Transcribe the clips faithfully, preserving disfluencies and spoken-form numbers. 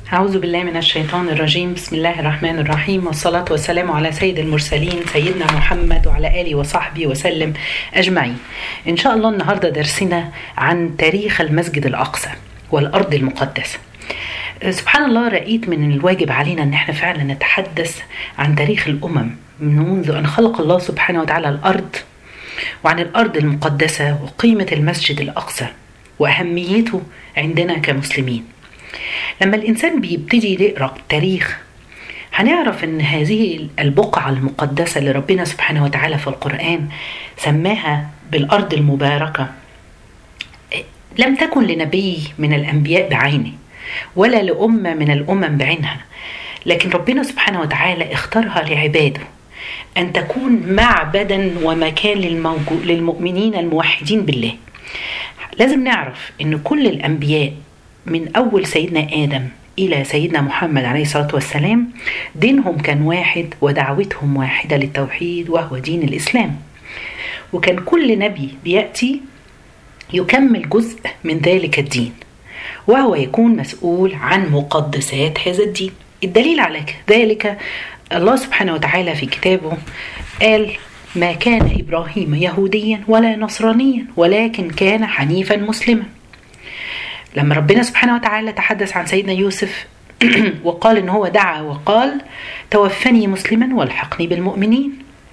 أعوذ بالله من الشيطان الرجيم. بسم الله الرحمن الرحيم، والصلاة والسلام على سيد المرسلين سيدنا محمد وعلى آله وصحبه وسلم أجمعين. إن شاء الله النهاردة درسنا عن تاريخ المسجد الأقصى والأرض المقدسة. سبحان الله، رأيت من الواجب علينا أن احنا فعلا نتحدث عن تاريخ الأمم منذ أن خلق الله سبحانه وتعالى الأرض، وعن الأرض المقدسة وقيمة المسجد الأقصى وأهميته عندنا كمسلمين. لما الإنسان بيبتدي يقرأ التاريخ هنعرف أن هذه البقعة المقدسة اللي ربنا سبحانه وتعالى في القرآن سماها بالأرض المباركة لم تكن لنبي من الأنبياء بعينه ولا لأمة من الأمم بعينها، لكن ربنا سبحانه وتعالى اختارها لعباده أن تكون معبدا ومكان للمؤمنين الموحدين بالله. لازم نعرف أن كل الأنبياء من أول سيدنا آدم إلى سيدنا محمد عليه الصلاة والسلام دينهم كان واحد ودعوتهم واحدة للتوحيد وهو دين الإسلام، وكان كل نبي بيأتي يكمل جزء من ذلك الدين وهو يكون مسؤول عن مقدسات هذا الدين. الدليل على ذلك الله سبحانه وتعالى في كتابه قال: ما كان إبراهيم يهوديا ولا نصرانيا ولكن كان حنيفا مسلما. لما ربنا سبحانه وتعالى تحدث عن سيدنا يوسف وقال إن هو دعا وقال: توفني مسلما والحقني بالمؤمنين.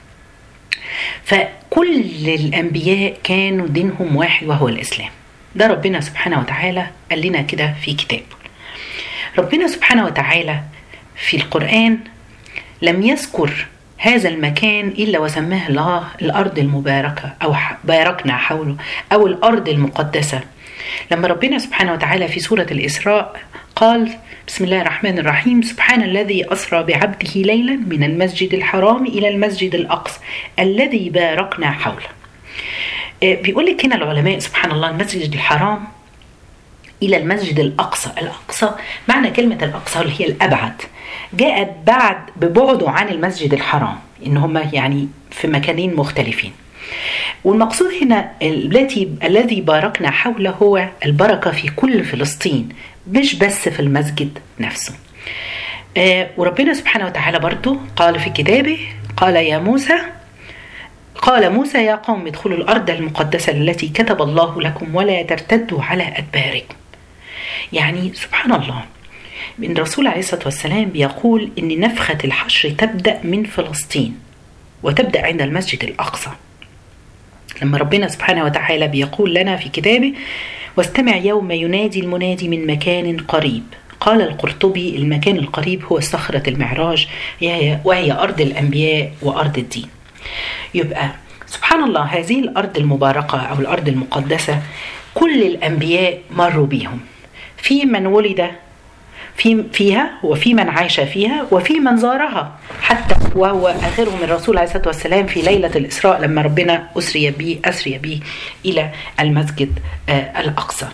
فكل الأنبياء كانوا دينهم واحد وهو الإسلام. ده ربنا سبحانه وتعالى قال لنا كده في كتابه. ربنا سبحانه وتعالى في القرآن لم يذكر هذا المكان إلا وسماه الله الأرض المباركة أو باركنا حوله أو الأرض المقدسة. لما ربنا سبحانه وتعالى في سورة الإسراء قال: بسم الله الرحمن الرحيم، سبحان الذي أسرى بعبده ليلا من المسجد الحرام إلى المسجد الأقصى الذي باركنا حوله. بيقول لك هنا العلماء سبحان الله المسجد الحرام إلى المسجد الأقصى. الأقصى معنى كلمة الأقصى اللي هي الأبعد، جاءت بعد ببعده عن المسجد الحرام، إن هما يعني في مكانين مختلفين. والمقصود هنا التي الذي باركنا حوله هو البركة في كل فلسطين مش بس في المسجد نفسه. آه وربنا سبحانه وتعالى برضو قال في كتابه: قال يا موسى قال موسى يا قوم ادخلوا الأرض المقدسة التي كتب الله لكم ولا ترتدوا على أدباركم. يعني سبحان الله، من الرسول عليه الصلاة والسلام بيقول إن نفخة الحشر تبدأ من فلسطين وتبدأ عند المسجد الأقصى. لما ربنا سبحانه وتعالى بيقول لنا في كتابه: واستمع يوم ينادي المنادي من مكان قريب. قال القرطبي: المكان القريب هو صخرة المعراج وهي أرض الأنبياء وأرض الدين. يبقى سبحان الله هذه الأرض المباركة أو الأرض المقدسة كل الأنبياء مروا بهم، في من ولد في فيها وفي من عاش فيها وفي من زارها، حتى وهو آخرهم الرسول عليه الصلاة والسلام في ليلة الإسراء لما ربنا أسري به أسري به إلى المسجد آه الأقصى.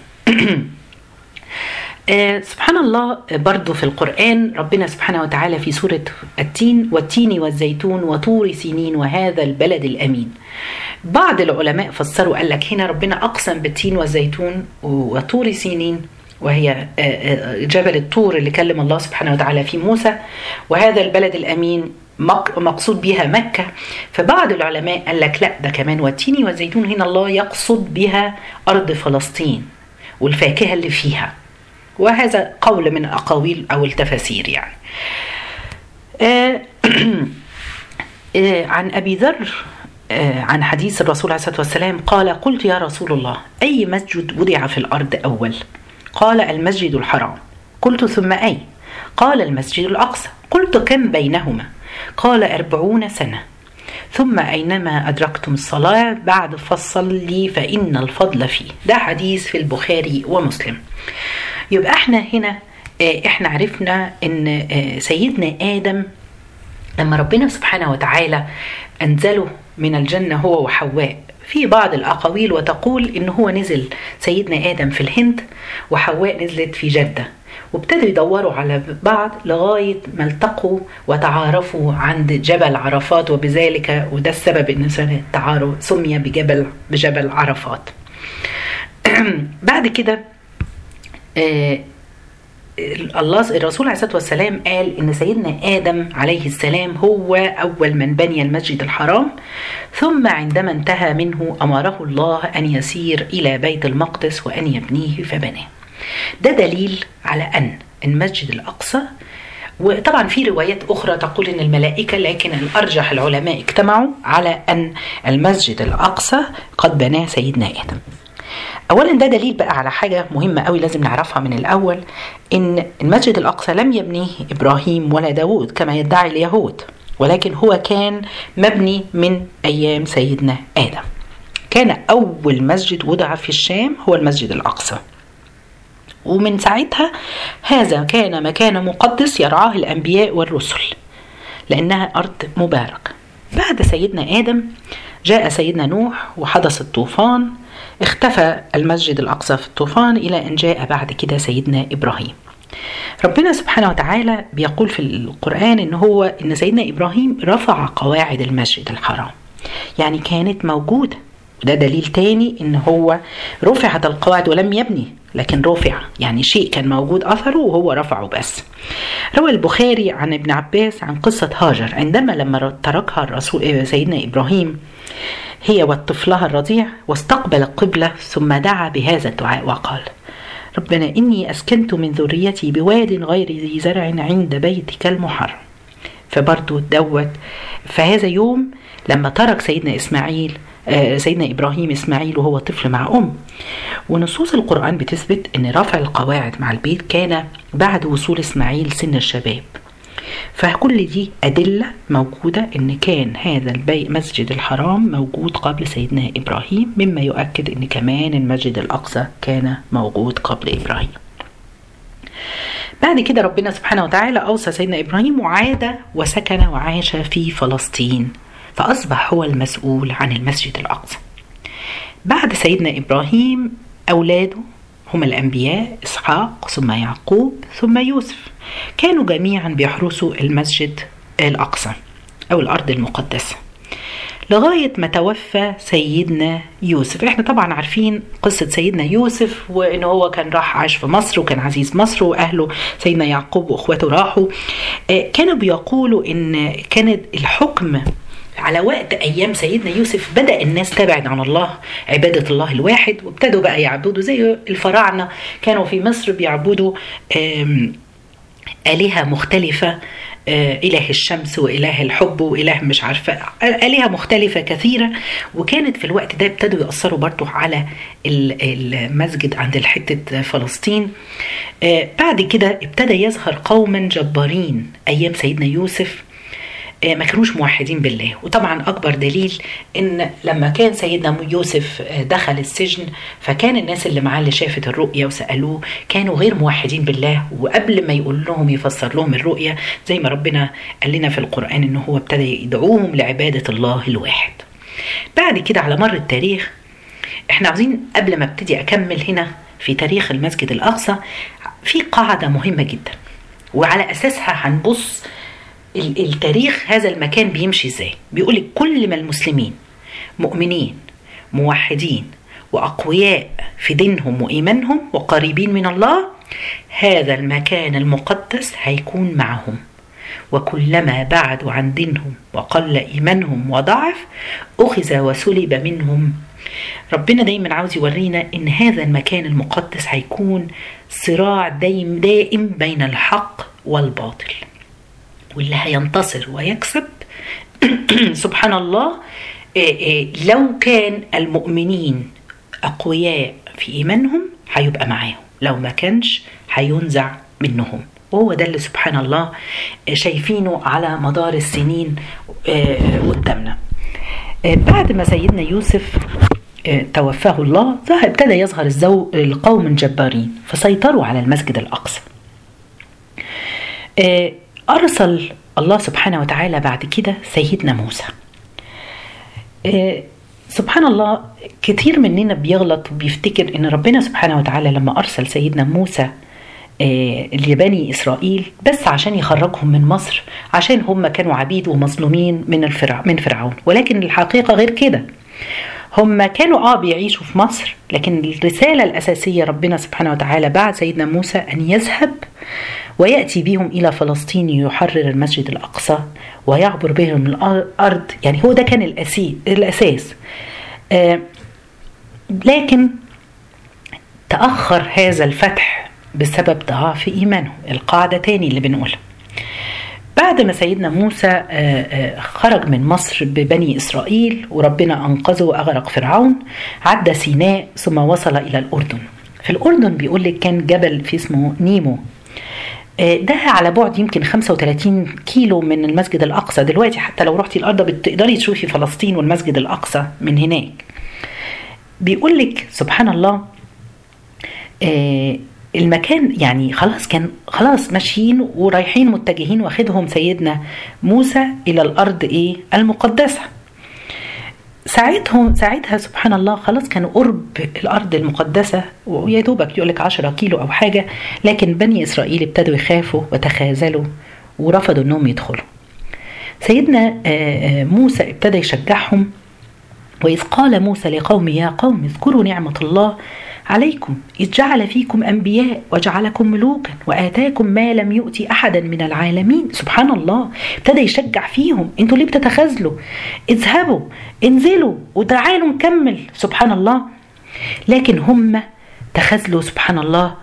آه سبحان الله، برضو في القرآن ربنا سبحانه وتعالى في سورة التين: والتين والزيتون وطور سينين وهذا البلد الأمين. بعض العلماء فسروا قال لك هنا ربنا أقسم بالتين والزيتون وطور سينين وهي جبل الطور اللي كلم الله سبحانه وتعالى في موسى، وهذا البلد الأمين مقصود بها مكة. فبعض العلماء قال لك لا، ده كمان والتين والزيتون هنا الله يقصد بها أرض فلسطين والفاكهة اللي فيها، وهذا قول من أقاويل أو التفاسير يعني. عن أبي ذر عن حديث الرسول عليه الصلاة والسلام قال: قلت يا رسول الله أي مسجد وضع في الأرض أول؟ قال: المسجد الحرام. قلت: ثم أي؟ قال: المسجد الأقصى. قلت: كم بينهما؟ قال: أربعون سنة. ثم أينما أدركتم الصلاة بعد فصل لي فإن الفضل فيه. ده حديث في البخاري ومسلم. يبقى احنا هنا احنا عرفنا ان سيدنا آدم لما ربنا سبحانه وتعالى أنزله من الجنة هو وحواء، في بعض الأقاويل وتقول إن هو نزل سيدنا آدم في الهند وحواء نزلت في جدة، وابتدوا يدوروا على بعض لغاية ما التقوا وتعارفوا عند جبل عرفات، وبذلك وده السبب إن التعارف سمي بجبل بجبل عرفات. بعد كده الله الرسول عليه الصلاة والسلام قال إن سيدنا آدم عليه السلام هو أول من بني المسجد الحرام، ثم عندما انتهى منه أمره الله أن يسير إلى بيت المقدس وأن يبنيه فبناه. ده دليل على أن المسجد الأقصى، وطبعا في روايات أخرى تقول أن الملائكة، لكن الأرجح العلماء اجتمعوا على أن المسجد الأقصى قد بناه سيدنا آدم. أولا ده دليل بقى على حاجة مهمة قوي لازم نعرفها من الأول، إن المسجد الأقصى لم يبنيه إبراهيم ولا داود كما يدعي اليهود، ولكن هو كان مبني من أيام سيدنا آدم. كان أول مسجد وضع في الشام هو المسجد الأقصى، ومن ساعتها هذا كان مكان مقدس يرعاه الأنبياء والرسل لأنها أرض مباركة. بعد سيدنا آدم جاء سيدنا نوح وحدث الطوفان، اختفى المسجد الأقصى في الطوفان إلى أن جاء بعد كده سيدنا إبراهيم. ربنا سبحانه وتعالى بيقول في القرآن إن هو إن سيدنا إبراهيم رفع قواعد المسجد الحرام، يعني كانت موجودة، وده دليل تاني إن هو رفعت القواعد ولم يبني، لكن رفع يعني شيء كان موجود أثره وهو رفعه بس. روى البخاري عن ابن عباس عن قصة هاجر عندما لما تركها الرسول سيدنا إبراهيم هي وطفلها الرضيع واستقبل القبلة، ثم دعا بهذا الدعاء وقال: ربنا إني أسكنت من ذريتي بواد غير ذي زرع عند بيتك المحرم. فبرضو دوت فهذا يوم لما ترك سيدنا إسماعيل آه سيدنا إبراهيم إسماعيل وهو طفل مع أم. ونصوص القرآن بتثبت أن رفع القواعد مع البيت كان بعد وصول إسماعيل سن الشباب. فكل دي أدلة موجودة أن كان هذا البيت مسجد الحرام موجود قبل سيدنا إبراهيم، مما يؤكد أن كمان المسجد الأقصى كان موجود قبل إبراهيم. بعد كده ربنا سبحانه وتعالى أوصى سيدنا إبراهيم وعاد وسكن وعاش في فلسطين، فأصبح هو المسؤول عن المسجد الأقصى. بعد سيدنا إبراهيم أولاده هم الأنبياء إسحاق ثم يعقوب ثم يوسف، كانوا جميعا بيحرسوا المسجد الأقصى أو الأرض المقدسة لغاية ما توفى سيدنا يوسف. احنا طبعا عارفين قصة سيدنا يوسف، وإنه هو كان راح عاش في مصر وكان عزيز مصر، وأهله سيدنا يعقوب وأخواته راحوا. كانوا بيقولوا إن كانت الحكم على وقت أيام سيدنا يوسف بدأ الناس تبعد عن الله، عبادة الله الواحد، وابتدوا بقى يعبدوا زي الفراعنة كانوا في مصر بيعبدوا آلهة مختلفة، إله الشمس وإله الحب وإله مش عارفة آلهة مختلفة كثيرة. وكانت في الوقت ده ابتدوا يأثروا برضو على المسجد عند الحتة فلسطين. بعد كده ابتدى يظهر قوما جبارين أيام سيدنا يوسف ما كانوش موحدين بالله. وطبعا أكبر دليل إن لما كان سيدنا يوسف دخل السجن، فكان الناس اللي معاه اللي شافت الرؤية وسألوه كانوا غير موحدين بالله، وقبل ما يقول لهم يفسر لهم الرؤية زي ما ربنا قال لنا في القرآن إنه هو ابتدى يدعوهم لعبادة الله الواحد. بعد كده على مر التاريخ احنا عاوزين قبل ما ابتدي أكمل هنا في تاريخ المسجد الأقصى في قاعدة مهمة جدا، وعلى أساسها هنبص التاريخ هذا المكان بيمشي ازاي. بيقول كل ما المسلمين مؤمنين موحدين وأقوياء في دينهم وإيمانهم وقريبين من الله، هذا المكان المقدس هيكون معهم، وكلما بعدوا عن دينهم وقل إيمانهم وضعف أخذ وسلب منهم. ربنا دايما عاوز يورينا إن هذا المكان المقدس هيكون صراع دائم دائم بين الحق والباطل، واللي هينتصر ويكسب سبحان الله لو كان المؤمنين أقوياء في إيمانهم هيبقى معاهم، لو ما كانش هينزع منهم. وهو ده اللي سبحان الله شايفينه على مدار السنين قدامنا. بعد ما سيدنا يوسف توفاه الله ابتدى يظهر القوم الجبارين فسيطروا على المسجد الأقصى. أرسل الله سبحانه وتعالى بعد كده سيدنا موسى. سبحان الله كتير مننا بيغلط وبيفتكر ان ربنا سبحانه وتعالى لما أرسل سيدنا موسى لبني إسرائيل بس عشان يخرجهم من مصر، عشان هم كانوا عبيد ومظلومين من الفرع من فرعون، ولكن الحقيقة غير كده. هم كانوا اه بيعيشوا في مصر، لكن الرسالة الأساسية ربنا سبحانه وتعالى بعد سيدنا موسى أن يذهب ويأتي بهم إلى فلسطين يحرر المسجد الأقصى ويعبر بهم الأرض. يعني هو ده كان الأسي الأساس. آه لكن تأخر هذا الفتح بسبب ضعف إيمانه. القاعدة تاني اللي بنقولها، بعد ما سيدنا موسى خرج من مصر ببني إسرائيل وربنا أنقذه وأغرق فرعون، عدى سيناء ثم وصل إلى الأردن. في الأردن بيقول لك كان جبل في اسمه نيمو، ده على بعد يمكن خمسة وثلاثين كيلو من المسجد الأقصى. دلوقتي حتى لو رحتي الأرض بتقدري تشوفي فلسطين والمسجد الأقصى من هناك. بيقول لك سبحان الله المكان يعني خلاص كان خلاص ماشيين ورايحين متجهين، واخدهم سيدنا موسى إلى الأرض إيه المقدسة. ساعتهم ساعتها سبحان الله خلاص كانوا قرب الأرض المقدسة، ويا دوبك يقولك عشرة كيلو أو حاجة، لكن بني إسرائيل ابتدوا يخافوا وتخاذلوا ورفضوا أنهم يدخلوا. سيدنا موسى ابتدى يشجعهم، وإذ قال موسى لقوم يا قوم اذكروا نعمة الله عليكم إذ جعل فيكم أنبياء وجعلكم ملوكا وآتاكم ما لم يؤتي أحدا من العالمين. سبحان الله ابتدى يشجع فيهم، انتوا ليه بتتخاذلوا؟ اذهبوا انزلوا وتعالوا نكمل. سبحان الله. لكن هم تخاذلوا سبحان الله.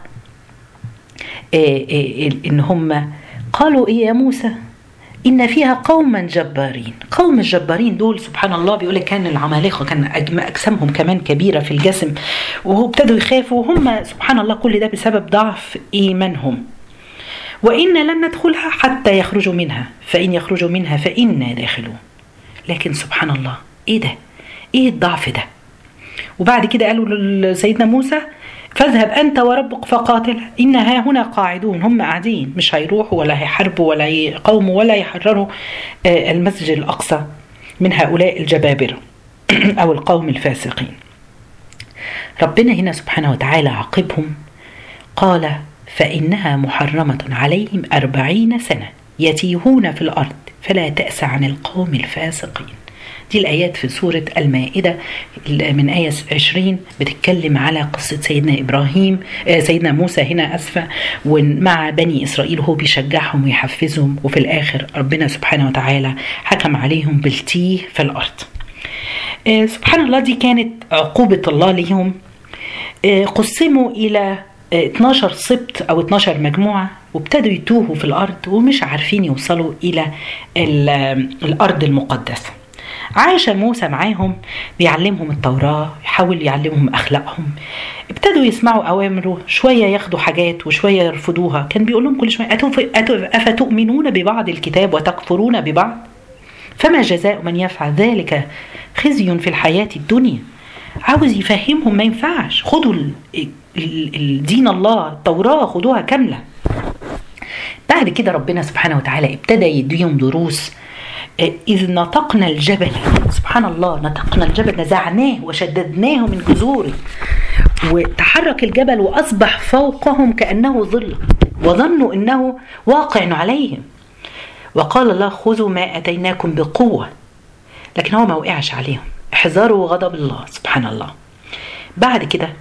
إيه إيه إن هم قالوا إيه يا موسى إن فيها قوما جبارين. قوم الجبارين دول سبحان الله بيقول لك كان العمالقة كان أجسامهم كمان كبيرة في الجسم، وهو ابتدوا يخافوا، وهم سبحان الله كل ده بسبب ضعف إيمانهم. وإن لن ندخلها حتى يخرجوا منها فإن يخرجوا منها فإنا داخلون. لكن سبحان الله إيه ده؟ إيه الضعف ده؟ وبعد كده قالوا لسيدنا موسى فاذهب أنت وربك فقاتل إنها هنا قاعدون. هم قاعدين مش هيروحوا ولا هيحاربوا ولا يقاوموا ولا يحرروا المسجد الأقصى من هؤلاء الجبابرة أو القوم الفاسقين. ربنا هنا سبحانه وتعالى عاقبهم، قال فإنها محرمة عليهم أربعين سنة يتيهون في الأرض فلا تأس عن القوم الفاسقين. دي الآيات في سورة المائدة من آية عشرين بتتكلم على قصة سيدنا إبراهيم سيدنا موسى هنا أسفة ومع بني إسرائيل، هو بيشجعهم ويحفزهم، وفي الآخر ربنا سبحانه وتعالى حكم عليهم بالتيه في الأرض. سبحان الله دي كانت عقوبة الله لهم. قسموا إلى اتناشر سبط أو اتناشر مجموعة، وابتدوا يتوهوا في الأرض ومش عارفين يوصلوا إلى الأرض المقدسة. عاش موسى معاهم بيعلمهم التوراة، يحاول يعلمهم أخلاقهم. ابتدوا يسمعوا أوامره، شوية ياخدوا حاجات وشوية يرفضوها. كان بيقول لهم كل شوية أفتؤمنون ببعض الكتاب وتكفرون ببعض فما جزاء من يفعل ذلك خزي في الحياة الدنيا. عاوز يفهمهم ما ينفعش، خدوا الدين الله التوراة خدوها كاملة. بعد كده ربنا سبحانه وتعالى ابتدى يديهم دروس. إذ نطقنا الجبل، سبحان الله، نطقنا الجبل نزعناه وشددناه من جذوره، وتحرك الجبل وأصبح فوقهم كأنه ظل وظنوا أنه واقع عليهم. وقال الله خذوا ما أتيناكم بقوة، لكن هو ما وقعش عليهم، احذروا غضب الله. سبحان الله. بعد كده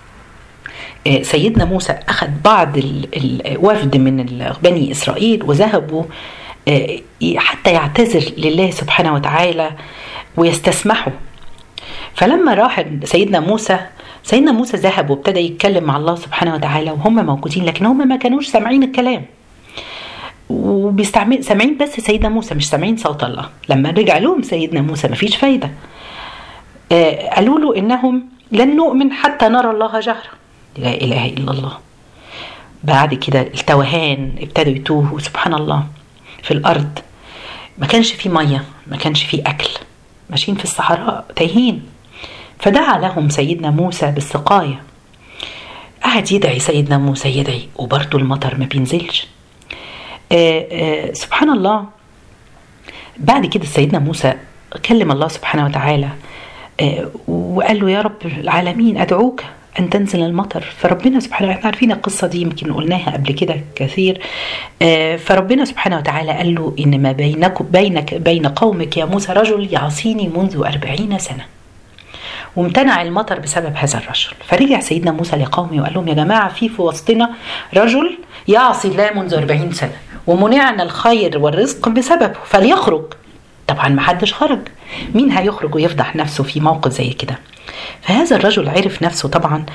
سيدنا موسى أخذ بعض الوفد من بني إسرائيل وذهبوا حتى يعتذر لله سبحانه وتعالى ويستسمحوا. فلما راح سيدنا موسى سيدنا موسى ذهب وابتدى يتكلم مع الله سبحانه وتعالى وهم موجودين، لكن هم ما كانوش سامعين الكلام وبيستعمل سامعين بس سيدنا موسى، مش سامعين صوت الله. لما رجع لهم سيدنا موسى ما فيش فايدة. قالوا له إنهم لن نؤمن حتى نرى الله جهرا. لا إله إلا الله. بعد كده التوهان، ابتدوا يتوهوا سبحان الله في الأرض. ما كانش فيه مية، ما كانش فيه أكل، ماشيين في الصحراء تايهين. فدعا لهم سيدنا موسى بالسقاية. قعد يدعي سيدنا موسى يدعي وبرضه المطر ما بينزلش. آآ آآ سبحان الله. بعد كده سيدنا موسى كلم الله سبحانه وتعالى وقال له يا رب العالمين أدعوك أن تنزل المطر. فربنا سبحانه وتعالى، عارفين القصة دي يمكن قلناها قبل كده كثير. فربنا سبحانه وتعالى قال له إن ما بينك بينك بين قومك يا موسى رجل يعصيني منذ أربعين سنة وامتنع المطر بسبب هذا الرجل. فرجع سيدنا موسى لقومه وقال لهم: يا جماعة، في في وسطنا رجل يعصي الله منذ أربعين سنة ومنعنا الخير والرزق بسببه، فليخرج. طبعا ما حدش خرج، مين هيخرج ويفضح نفسه في موقف زي كده؟ فهذا الرجل عرف نفسه طبعا،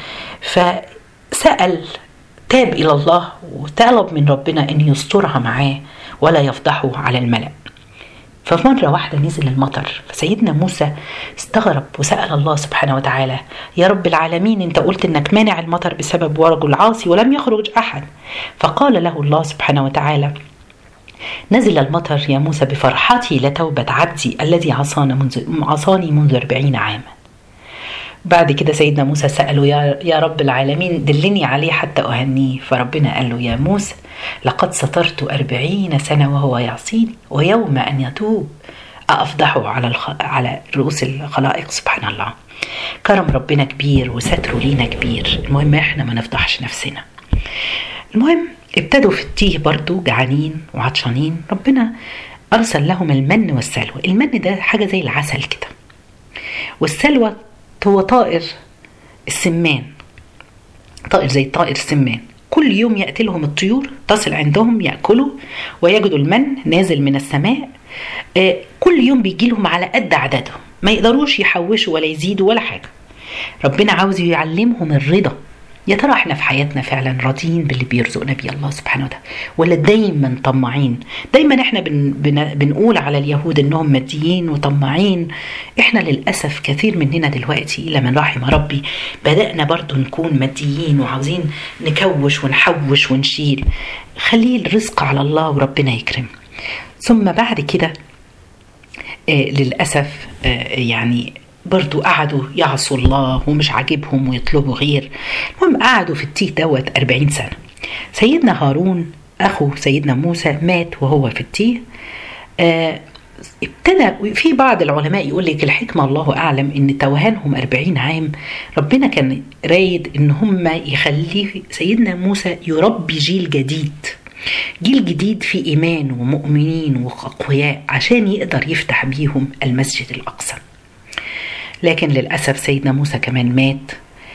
فسأل، تاب إلى الله وطلب من ربنا أن يسترها معاه ولا يفضحه على الملأ. فمرة واحدة نزل المطر، فسيدنا موسى استغرب وسأل الله سبحانه وتعالى: يا رب العالمين، انت قلت انك مانع المطر بسبب رجل عاصي ولم يخرج أحد. فقال له الله سبحانه وتعالى: نزل المطر يا موسى بفرحتي لتوبة عبدي الذي عصاني منذ, عصاني منذ أربعين عاما. بعد كده سيدنا موسى سأله: يا, يا رب العالمين، دلني عليه حتى أهنيه. فربنا قال له: يا موسى، لقد سترت أربعين سنة وهو يعصيني، ويوم أن يتوب أفضحه على, الخ... على رؤوس الخلائق. سبحان الله، كرم ربنا كبير وستره لينا كبير. المهم احنا ما نفضحش نفسنا. المهم ابتدوا في التيه برضو جعانين وعطشانين. ربنا أرسل لهم المن والسلوى. المن ده حاجة زي العسل كده، والسلوى هو طائر السمان، طائر زي طائر السمان. كل يوم يأتي لهم الطيور، تصل عندهم يأكلوا ويجدوا المن نازل من السماء. كل يوم بيجي لهم على قد عددهم، ما يقدروش يحوشوا ولا يزيدوا ولا حاجة. ربنا عاوز يعلمهم الرضا. يا ترى احنا في حياتنا فعلا راضيين باللي بيرزقنا بيه الله سبحانه وتعالى، ولا دايما طماعين؟ دايما احنا بن بن بنقول على اليهود انهم ماديين وطماعين. احنا للاسف كثير مننا دلوقتي الا من رحم ربي بدأنا برضو نكون ماديين وعاوزين نكوش ونحوش ونشيل. خليه الرزق على الله وربنا يكرم. ثم بعد كده آه للاسف آه يعني برضو قعدوا يعصوا الله ومش عاجبهم ويطلبوا غير. المهم قعدوا في التيه دوت أربعين سنة. سيدنا هارون أخو سيدنا موسى مات وهو في التيه. آه ابتدى في بعض العلماء يقول لك الحكمة الله أعلم إن توهانهم أربعين عام ربنا كان رايد إن هم يخليه سيدنا موسى يربي جيل جديد، جيل جديد في إيمان ومؤمنين وأقوياء عشان يقدر يفتح بيهم المسجد الأقصى. لكن للأسف سيدنا موسى كمان مات.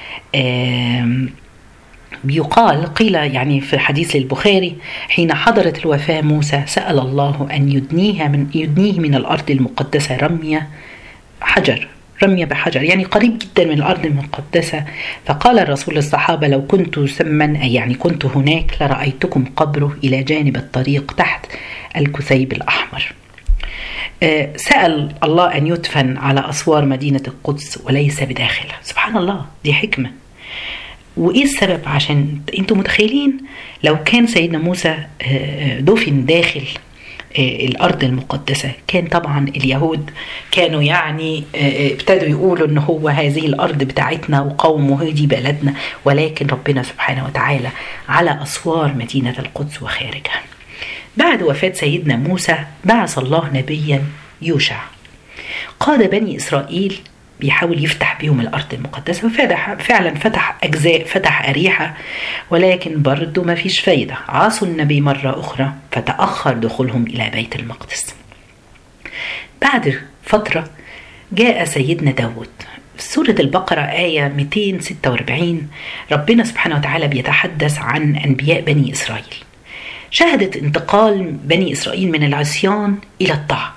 بيقال قيل يعني في حديث البخاري: حين حضرت الوفاة موسى سأل الله أن يدنيها من يدنيه من الأرض المقدسة رمية حجر رمية بحجر، يعني قريب جدا من الأرض المقدسة. فقال الرسول للصحابة: لو كنت سما أي يعني كنت هناك لرأيتكم قبره إلى جانب الطريق تحت الكثيب الأحمر. سأل الله أن يدفن على أسوار مدينة القدس وليس بداخلها. سبحان الله، دي حكمة. وإيه السبب؟ عشان أنتم متخيلين لو كان سيدنا موسى دفن داخل الأرض المقدسة كان طبعا اليهود كانوا يعني ابتدوا يقولوا أنه هو هذه الأرض بتاعتنا وقومه دي بلدنا، ولكن ربنا سبحانه وتعالى على أسوار مدينة القدس وخارجها. بعد وفاة سيدنا موسى بعث الله نبيا يوشع، قاد بني إسرائيل بيحاول يفتح بهم الأرض المقدسة، وفعلا فتح أجزاء، فتح أريحة، ولكن برضو ما فيش فايدة. عاصوا النبي مرة أخرى فتأخر دخولهم إلى بيت المقدس. بعد فترة جاء سيدنا داود. في سورة البقرة آية مئتين وستة وأربعين ربنا سبحانه وتعالى بيتحدث عن أنبياء بني إسرائيل. شهدت انتقال بني إسرائيل من العصيان إلى الطاعة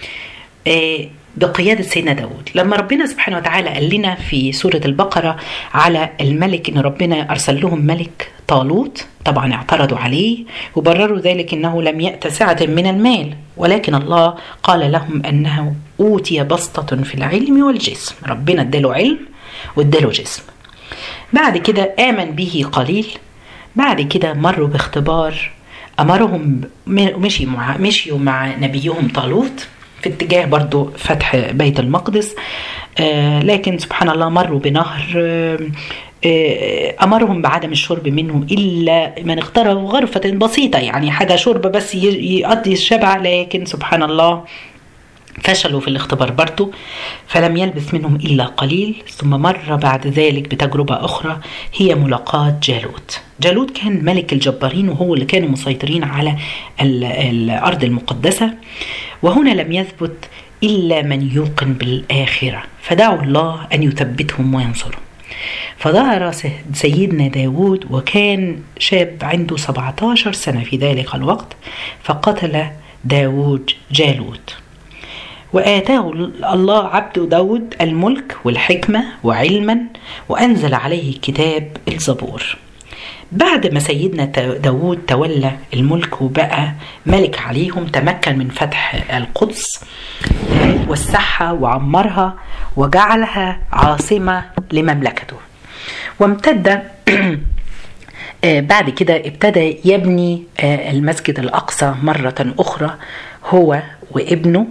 بقيادة سيدنا داود. لما ربنا سبحانه وتعالى قال لنا في سورة البقرة على الملك إن ربنا أرسل لهم ملك طالوت، طبعا اعترضوا عليه وبرروا ذلك إنه لم يأت سعة من المال، ولكن الله قال لهم أنه أوتي بسطة في العلم والجسم. ربنا اداله علم واداله جسم. بعد كده آمن به قليل. بعد كده مروا باختبار، أمرهم مشي مع مشيوا مع نبيهم طالوت في اتجاه برضو فتح بيت المقدس، آه لكن سبحان الله مروا بنهر، آه آه أمرهم بعدم الشرب منه إلا من اقترب غرفة بسيطة، يعني حاجة شرب بس يقضي الشبع، لكن سبحان الله فشلوا في الاختبار برضو، فلم يلبث منهم إلا قليل. ثم مر بعد ذلك بتجربة أخرى هي ملاقاة جالوت. جالوت كان ملك الجبارين وهو اللي كانوا مسيطرين على الأرض المقدسة، وهنا لم يثبت إلا من يوقن بالآخرة، فدعوا الله أن يثبتهم وينصرهم. فظهر سيدنا داود وكان شاب عنده سبعة عشر سنة في ذلك الوقت، فقتل داود جالوت، وآتاه الله عبد داود الملك والحكمة وعلما، وأنزل عليه كتاب الزبور. بعد ما سيدنا داود تولى الملك وبقى ملك عليهم، تمكن من فتح القدس، وسعها وعمرها وجعلها عاصمة لمملكته. وامتد بعد كده ابتدى يبني المسجد الأقصى مرة أخرى هو وابنه،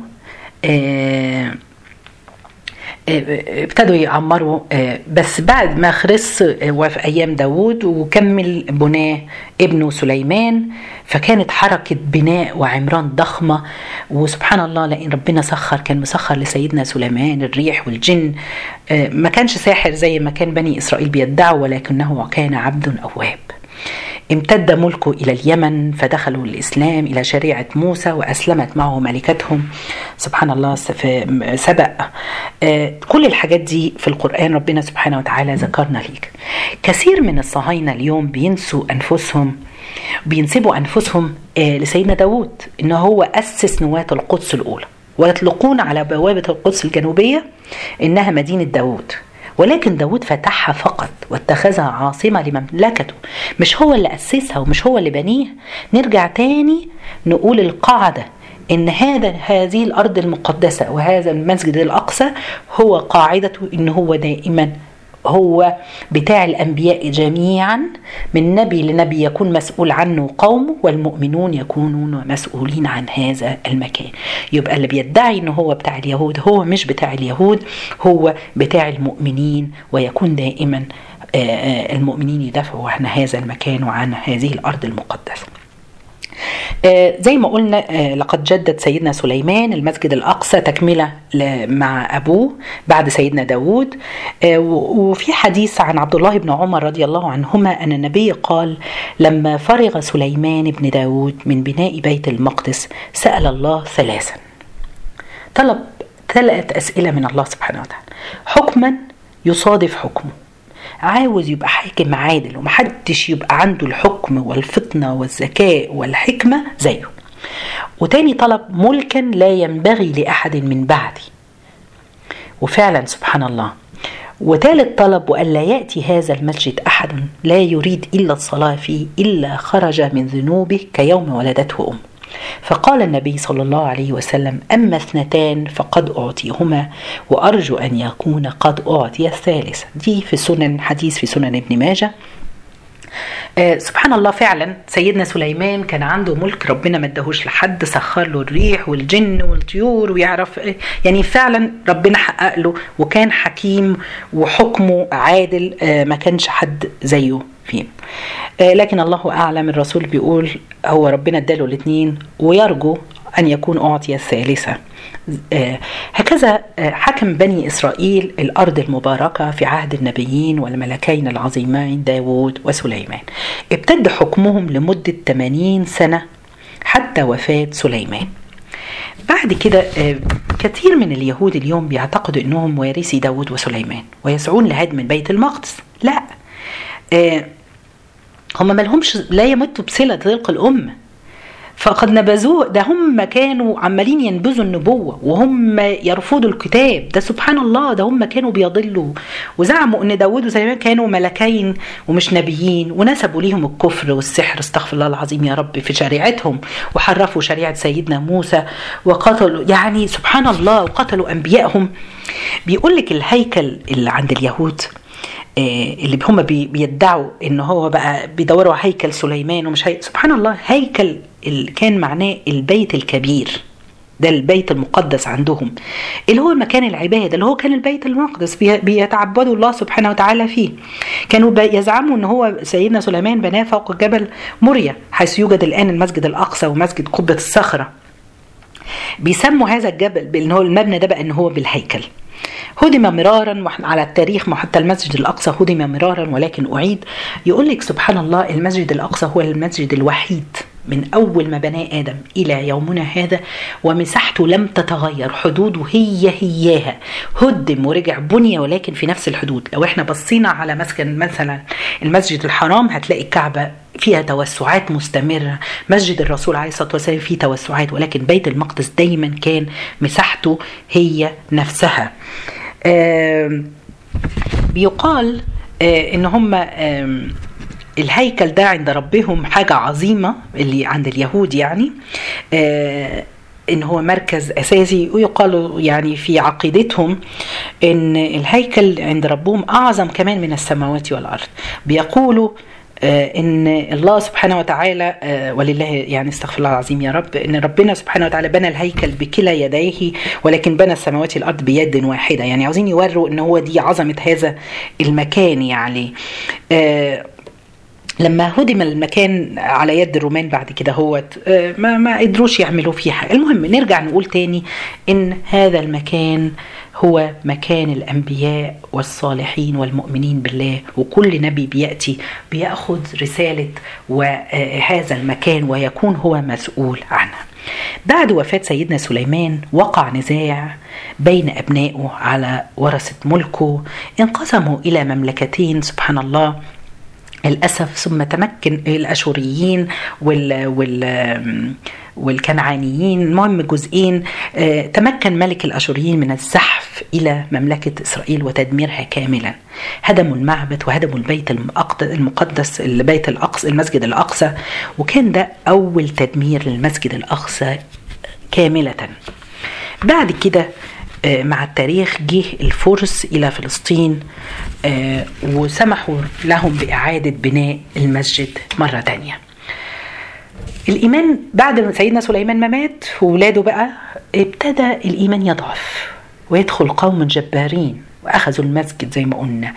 ابتدوا يعمروا، بس بعد ما خلص وفي أيام داود وكمل بناء ابنه سليمان. فكانت حركة بناء وعمران ضخمة، وسبحان الله لأن ربنا سخر، كان مسخر لسيدنا سليمان الريح والجن. ما كانش ساحر زي ما كان بني إسرائيل بيدعوا، ولكنه كان عبد أواب. امتد ملكه إلى اليمن، فدخلوا الإسلام إلى شريعة موسى، وأسلمت معه ملكتهم سبحان الله سبأ. كل الحاجات دي في القرآن ربنا سبحانه وتعالى ذكرنا ليك. كثير من الصهاينة اليوم بينسوا أنفسهم، بينسبوا أنفسهم لسيدنا داود إنه هو أسس نواة القدس الأولى، ويطلقون على بوابة القدس الجنوبية إنها مدينة داود، ولكن داود فتحها فقط واتخذها عاصمة لمملكته، مش هو اللي أسسها ومش هو اللي بنيها. نرجع تاني نقول القاعدة إن هذا هذه الأرض المقدسة وهذا المسجد الأقصى هو قاعدته إن هو دائما هو بتاع الأنبياء جميعا، من نبي لنبي يكون مسؤول عنه قومه، والمؤمنون يكونون مسؤولين عن هذا المكان. يبقى اللي بيدعي إنه هو بتاع اليهود هو مش بتاع اليهود، هو بتاع المؤمنين، ويكون دائما المؤمنين يدافعوا عن هذا المكان وعن هذه الأرض المقدسة. آه زي ما قلنا، آه لقد جدد سيدنا سليمان المسجد الأقصى تكملة مع أبوه بعد سيدنا داود. آه وفي حديث عن عبد الله بن عمر رضي الله عنهما أن النبي قال: لما فرغ سليمان بن داود من بناء بيت المقدس سأل الله ثلاثا، طلب ثلاث أسئلة من الله سبحانه وتعالى: حكما يصادف حكمه، عاوز يبقى حاكم عادل ومحدش يبقى عنده الحكم والفطنة والذكاء والحكمة زيه. وتاني طلب: ملكا لا ينبغي لأحد من بعدي، وفعلا سبحان الله. وثالث طلب: وألا يأتي هذا المسجد أحد لا يريد إلا الصلاة فيه إلا خرج من ذنوبه كيوم ولدته أمه. فقال النبي صلى الله عليه وسلم: أما اثنتان فقد أعطيهما، وأرجو أن يكون قد أعطي الثالثة. دي في سنن، حديث في سنن ابن ماجه. آه سبحان الله، فعلا سيدنا سليمان كان عنده ملك ربنا ما اداهوش لحد، سخر له الريح والجن والطيور ويعرف، يعني فعلا ربنا حقق له، وكان حكيم وحكمه عادل، آه ما كانش حد زيه فيه. آه لكن الله أعلم، الرسول بيقول هو ربنا اداله الاثنين ويرجو أن يكون أعطي الثالثة. آه هكذا آه حكم بني إسرائيل الأرض المباركة في عهد النبيين والملكين العظيمين داود وسليمان. ابتد حكمهم لمدة ثمانين سنة حتى وفاة سليمان. بعد كده آه كثير من اليهود اليوم بيعتقدوا أنهم وارثي داود وسليمان ويسعون لهدم بيت المقدس. لا، آه هم ما لهمش، لا يمتوا بصلة تلك الأمة، فقد نبذوه. ده هم كانوا عمالين ينبذوا النبوة وهم يرفضوا الكتاب ده، سبحان الله. ده هم كانوا بيضلوا وزعموا ان داود وسليمان كانوا ملكين ومش نبيين، ونسبوا ليهم الكفر والسحر، استغفر الله العظيم يا رب، في شريعتهم، وحرفوا شريعة سيدنا موسى وقتلوا، يعني سبحان الله، وقتلوا أنبيائهم. بيقولك الهيكل اللي عند اليهود اللي هم بيدعوا ان هو بقى بيدوروا على هيكل سليمان ومش هي... سبحان الله، هيكل اللي كان معناه البيت الكبير، ده البيت المقدس عندهم، اللي هو مكان العبادة، اللي هو كان البيت المقدس بيتعبدوا الله سبحانه وتعالى فيه. كانوا يزعموا ان هو سيدنا سليمان بناه فوق جبل موريا، حيث يوجد الآن المسجد الأقصى ومسجد قبة الصخرة. بيسموا هذا الجبل بان هو المبنى ده بقى ان هو بالهيكل. هدم مرارا على التاريخ، حتى المسجد الأقصى هدم مرارا ولكن أعيد. يقول لك سبحان الله، المسجد الأقصى هو المسجد الوحيد من أول ما بنى آدم إلى يومنا هذا، ومساحته لم تتغير، حدوده هي هياها، هدم ورجع بني ولكن في نفس الحدود. لو احنا بصينا على مسكن مثلا المسجد الحرام هتلاقي الكعبة فيها توسعات مستمرة، مسجد الرسول عليه الصلاة والسلام فيه توسعات، ولكن بيت المقدس دايما كان مساحته هي نفسها. آه بيقال آه ان هم آه الهيكل ده عند ربهم حاجة عظيمة، اللي عند اليهود يعني آه ان هو مركز اساسي، ويقال يعني في عقيدتهم ان الهيكل عند ربهم اعظم كمان من السماوات والارض. بيقولوا ان الله سبحانه وتعالى ولله يعني استغفر الله العظيم يا رب، ان ربنا سبحانه وتعالى بنى الهيكل بكلا يديه ولكن بنى السماوات والارض بيد واحده. يعني عاوزين يوروا ان هو دي عظمه هذا المكان. يعني لما هدم المكان على يد الرومان بعد كده هو ما ما قدروش يعملوا فيه حاجه. المهم نرجع نقول تاني ان هذا المكان هو مكان الأنبياء والصالحين والمؤمنين بالله، وكل نبي بيأتي بيأخذ رسالة وهذا المكان ويكون هو مسؤول عنها. بعد وفاة سيدنا سليمان وقع نزاع بين أبنائه على ورثة ملكه، انقسموا إلى مملكتين سبحان الله للأسف. ثم تمكن الأشوريين وال وال والكنعانيين، المهم جزئين، تمكن ملك الأشوريين من الزحف إلى مملكة إسرائيل وتدميرها كاملا. هدموا المعبد وهدموا البيت المقدس، البيت الأقصى، المسجد الأقصى، وكان ده أول تدمير للمسجد الأقصى كاملة. بعد كده مع التاريخ جه الفرس إلى فلسطين وسمحوا لهم بإعادة بناء المسجد مرة تانية. الإيمان بعد ما سيدنا سليمان ما مات وولاده بقى ابتدى الإيمان يضعف ويدخل قوم جبارين وأخذوا المسجد زي ما قلنا،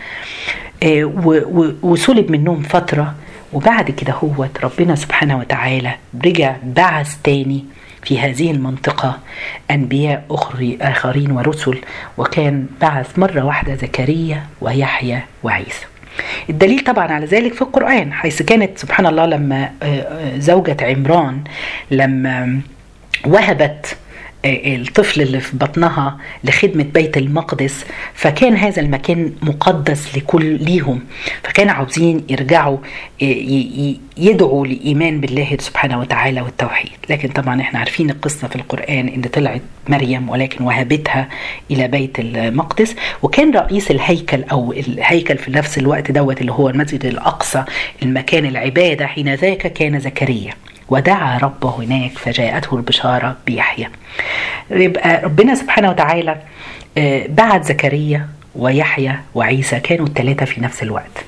وسلب منهم فترة. وبعد كده هو ربنا سبحانه وتعالى رجع بعث تاني في هذه المنطقة أنبياء آخرين ورسل، وكان بعث مرة واحدة زكريا ويحيى وعيسى. الدليل طبعا على ذلك في القرآن، حيث كانت سبحان الله لما زوجة عمران لما وهبت الطفل اللي في بطنها لخدمة بيت المقدس، فكان هذا المكان مقدس لكل ليهم، فكان عاوزين يرجعوا يدعوا لإيمان بالله سبحانه وتعالى والتوحيد. لكن طبعا احنا عارفين القصة في القرآن ان طلعت مريم ولكن وهبتها إلى بيت المقدس، وكان رئيس الهيكل أو الهيكل في نفس الوقت دوت اللي هو المسجد الأقصى المكان العبادة حين ذاك كان زكريا، ودعا ربه هناك فجاءته البشارة بيحيى. يبقى ربنا سبحانه وتعالى بعد زكريا ويحيى وعيسى، كانوا الثلاثة في نفس الوقت.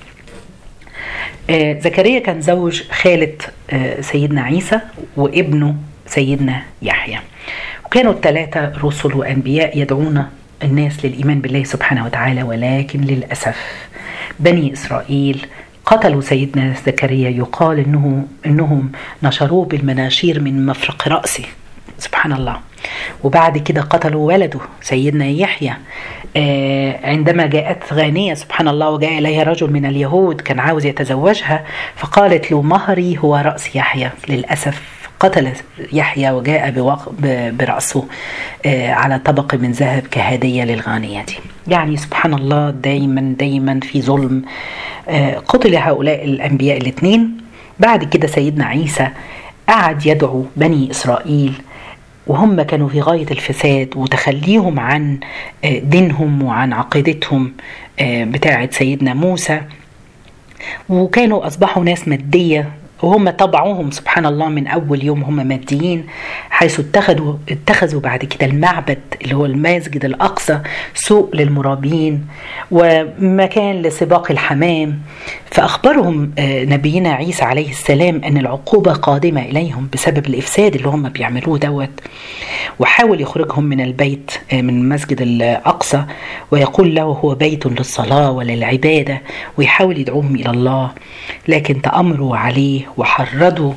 زكريا كان زوج خالة سيدنا عيسى وابنه سيدنا يحيى، وكانوا الثلاثة رسل وأنبياء يدعون الناس للإيمان بالله سبحانه وتعالى. ولكن للأسف بني إسرائيل قتلوا سيدنا زكريا، يقال إنه إنهم نشروه بالمناشير من مفرق رأسه سبحان الله. وبعد كده قتلوا ولده سيدنا يحيى عندما جاءت غانية سبحان الله، وجاء إليها رجل من اليهود كان عاوز يتزوجها، فقالت له مهري هو رأس يحيى. للأسف قتل يحيى وجاء برأسه على طبق من ذهب كهدية للغانية دي. يعني سبحان الله دايما دايما في ظلم. قتل هؤلاء الأنبياء الاثنين. بعد كده سيدنا عيسى قعد يدعو بني إسرائيل وهم كانوا في غاية الفساد وتخليهم عن دينهم وعن عقيدتهم بتاعة سيدنا موسى، وكانوا أصبحوا ناس مادية، وهم طبعوهم سبحان الله من أول يوم هم ماديين، حيث اتخذوا اتخذوا بعد كده المعبد اللي هو المسجد الأقصى سوق للمرابين ومكان لسباق الحمام. فأخبرهم نبينا عيسى عليه السلام أن العقوبة قادمة إليهم بسبب الإفساد اللي هم بيعملوه دوت، وحاول يخرجهم من البيت من المسجد الأقصى ويقول له هو بيت للصلاة وللعبادة، ويحاول يدعوهم إلى الله. لكن تأمروا عليه وحرضوا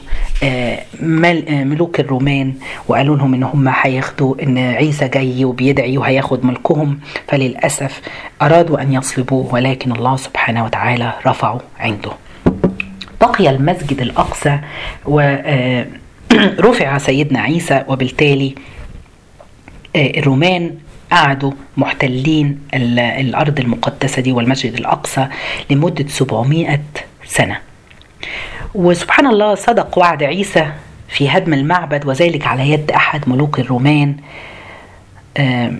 ملوك الرومان وقالوا لهم ان هم هياخدوا ان عيسى جاي وبيدعي وهياخد ملكهم، فللأسف أرادوا أن يصلبوه، ولكن الله سبحانه وتعالى رفعوا عنده. بقي المسجد الأقصى ورفع سيدنا عيسى، وبالتالي الرومان قعدوا محتلين الأرض المقدسة دي والمسجد الأقصى لمدة سبعمائة سنة. وسبحان الله صدق وعد عيسى في هدم المعبد، وذلك على يد أحد ملوك الرومان. آآ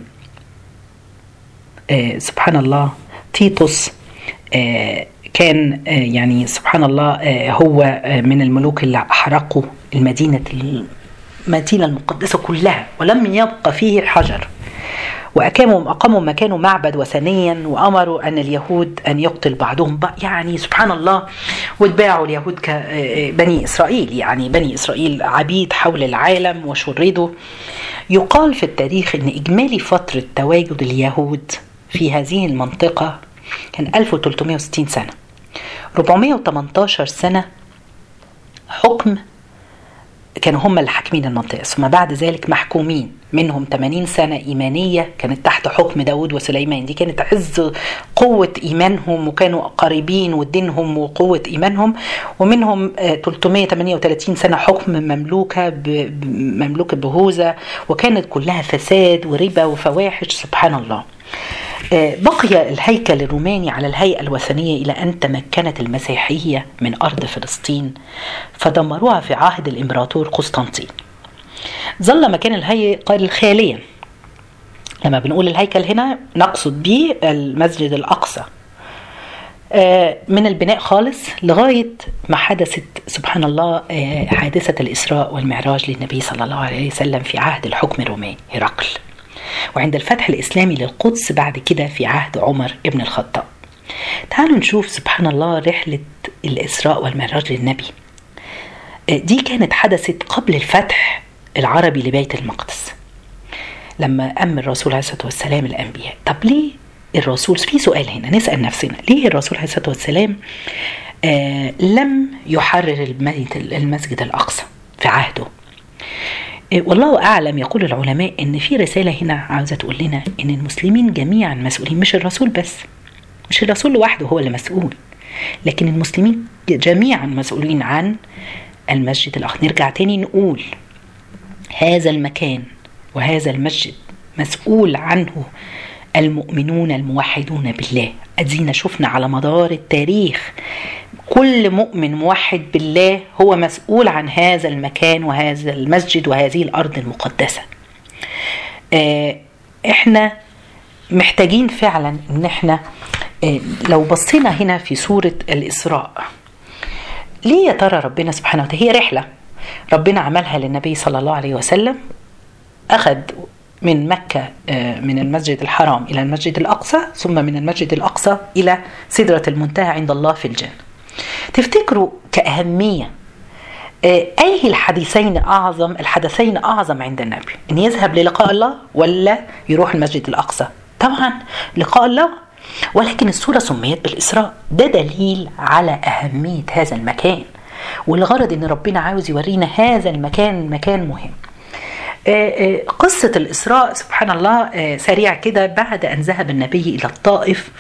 آآ سبحان الله تيتوس كان يعني سبحان الله هو من الملوك اللي أحرقوا المدينة المدينة المقدسة كلها ولم يبقى فيه حجر، وأقاموا أقاموا مكانه معبد وثنيا، وأمروا أن اليهود أن يقتل بعضهم بعض. يعني سبحان الله، واتباعوا اليهود كبني إسرائيل، يعني بني إسرائيل عبيد حول العالم وشردوا. يقال في التاريخ أن إجمالي فترة تواجد اليهود في هذه المنطقة كان ألف وثلاثمائة وستين سنة، أربعمائة وثمانية عشر سنة حكم كانوا هم اللي حاكمين المنطقة، ثم بعد ذلك محكومين، منهم ثمانين سنة إيمانية كانت تحت حكم داود وسليمان، دي كانت عز قوة إيمانهم وكانوا قريبين ودينهم وقوة إيمانهم. ومنهم ثلاثمائة وثمانية وثلاثين سنة حكم مملوكة مملوكة بهوذا، وكانت كلها فساد وربا وفواحش. سبحان الله. بقي الهيكل الروماني على الهيئة الوثنية إلى أن تمكنت المسيحية من أرض فلسطين فدمروها في عهد الإمبراطور قسطنطين. ظل مكان الهيكل خاليا. لما بنقول الهيكل هنا نقصد به المسجد الأقصى من البناء خالص لغاية ما حدثت سبحان الله حادثة الإسراء والمعراج للنبي صلى الله عليه وسلم في عهد الحكم الروماني هرقل، وعند الفتح الإسلامي للقدس بعد كده في عهد عمر ابن الخطاب. تعالوا نشوف سبحان الله رحلة الإسراء والمعراج للنبي. دي كانت حدثت قبل الفتح العربي لبيت المقدس، لما أمر الرسول عليه الصلاة والسلام الأنبياء. طب ليه الرسول، في سؤال هنا نسأل نفسنا، ليه الرسول عليه الصلاة والسلام آه لم يحرر المسجد الأقصى في عهده؟ والله أعلم. يقول العلماء إن في رسالة هنا عاوزة تقول لنا إن المسلمين جميعا مسؤولين، مش الرسول بس، مش الرسول لوحده هو اللي مسؤول، لكن المسلمين جميعا مسؤولين عن المسجد الأقصى. نرجع تاني نقول هذا المكان وهذا المسجد مسؤول عنه المؤمنون الموحدون بالله. أدينا شفنا على مدار التاريخ كل مؤمن موحد بالله هو مسؤول عن هذا المكان وهذا المسجد وهذه الأرض المقدسة. احنا محتاجين فعلا ان احنا لو بصينا هنا في سورة الإسراء، ليه يا ترى ربنا سبحانه وتعالى، هي رحلة ربنا عملها للنبي صلى الله عليه وسلم، أخذ من مكة من المسجد الحرام إلى المسجد الأقصى، ثم من المسجد الأقصى إلى سدرة المنتهى عند الله في الجنة. تفتكروا كأهمية أي الحديثين أعظم الحدثين أعظم عند النبي، أن يذهب للقاء الله ولا يروح المسجد الأقصى؟ طبعا لقاء الله، ولكن السورة سميت بالإسراء. ده دليل على أهمية هذا المكان، والغرض أن ربنا عاوز يورينا هذا المكان مكان مهم. قصة الإسراء سبحان الله سريع كده. بعد أن ذهب النبي إلى الطائف،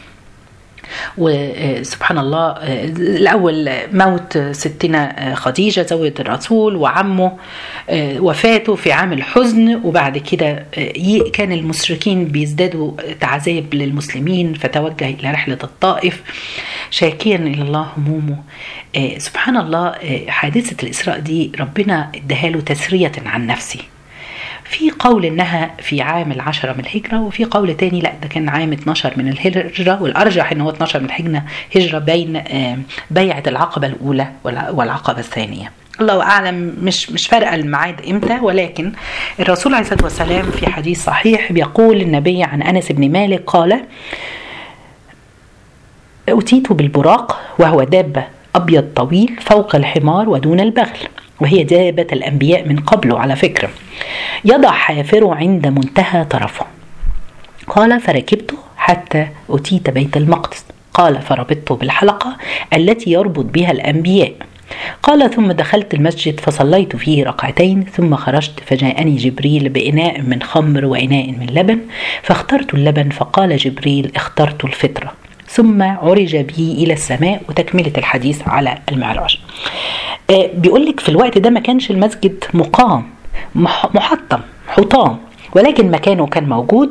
وسبحان الله الأول موت ستنا خديجة زوجة الرسول وعمه وفاته في عام الحزن، وبعد كده كان المشركين بيزدادوا تعذيب للمسلمين فتوجه إلى رحلة الطائف شاكيا إلى الله همومه. سبحان الله حادثة الإسراء دي ربنا اداها تسرية عن نفسه. في قول انها في عام العشرة من الهجرة، وفي قول تاني لا ده كان عام اثناشر من الهجرة، والارجح انه هو اثناشر من الهجرة بين بيعة العقبة الاولى والعقبة الثانية. الله اعلم، مش مش فارقه الميعاد امتى، ولكن الرسول عليه الصلاة والسلام في حديث صحيح بيقول النبي عن انس بن مالك قال: أتيت بالبراق وهو دابة أبيض طويل فوق الحمار ودون البغل، وهي دابة الأنبياء من قبله على فكرة، يضع حافره عند منتهى طرفه. قال: فركبته حتى أتيت بيت المقدس. قال: فربطته بالحلقة التي يربط بها الأنبياء. قال: ثم دخلت المسجد فصليت فيه ركعتين، ثم خرجت فجاءني جبريل بإناء من خمر وإناء من لبن، فاخترت اللبن، فقال جبريل: اخترت الفطرة. ثم عرج به إلى السماء، وتكملة الحديث على المعراج. آه بيقول لك في الوقت ده ما كانش المسجد مقام محطم حطام، ولكن مكانه كان موجود.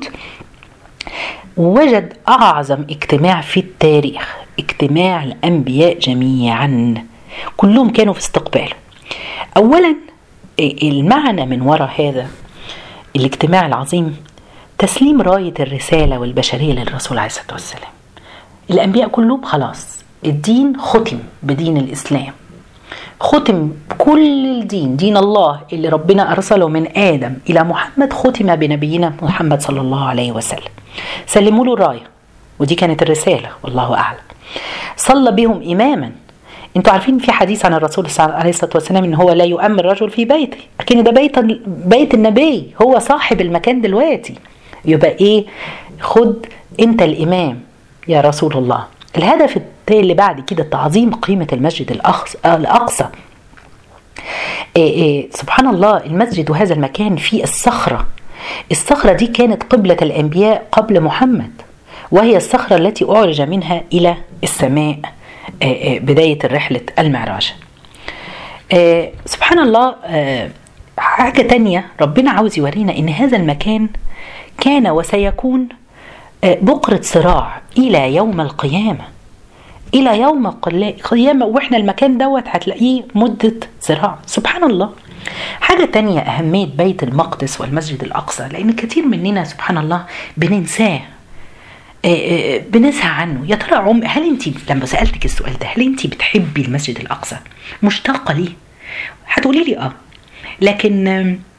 وجد أعظم اجتماع في التاريخ، اجتماع الأنبياء جميعا، كلهم كانوا في استقباله. أولا المعنى من وراء هذا الاجتماع العظيم تسليم راية الرسالة والبشرية للرسول عليه الصلاة والسلام. الأنبياء كلهم خلاص الدين ختم بدين الإسلام، ختم كل الدين، دين الله اللي ربنا أرسله من آدم إلى محمد ختم بنبينا محمد صلى الله عليه وسلم. سلموا له الراية، ودي كانت الرسالة والله أعلم. صلى بهم إماما. انتوا عارفين في حديث عن الرسول عليه الصلاة والسلام ان هو لا يؤمن رجل في بيته، لكن ده بيت بيت النبي، هو صاحب المكان دلوقتي. يبقى ايه؟ خد انت الامام يا رسول الله. الهدف التالي اللي بعد كده تعظيم قيمة المسجد الأقصى. إيه إيه سبحان الله، المسجد وهذا المكان فيه الصخرة. الصخرة دي كانت قبلة الأنبياء قبل محمد، وهي الصخرة التي أعرج منها إلى السماء بداية رحلة المعراج. سبحان الله. حاجة تانية ربنا عاوز يورينا إن هذا المكان كان وسيكون بقرة صراع إلى يوم القيامة، إلى يوم القيامة، وإحنا المكان دوت هتلاقيه مدة صراع. سبحان الله. حاجة تانية أهمية بيت المقدس والمسجد الأقصى، لأن كتير مننا سبحان الله بننساه، بنسعى عنه. يا ترى عم هل انت لما سألتك السؤال ده هل انت بتحبي المسجد الأقصى، مشتاقة ليه؟ هتقولي لي اه، لكن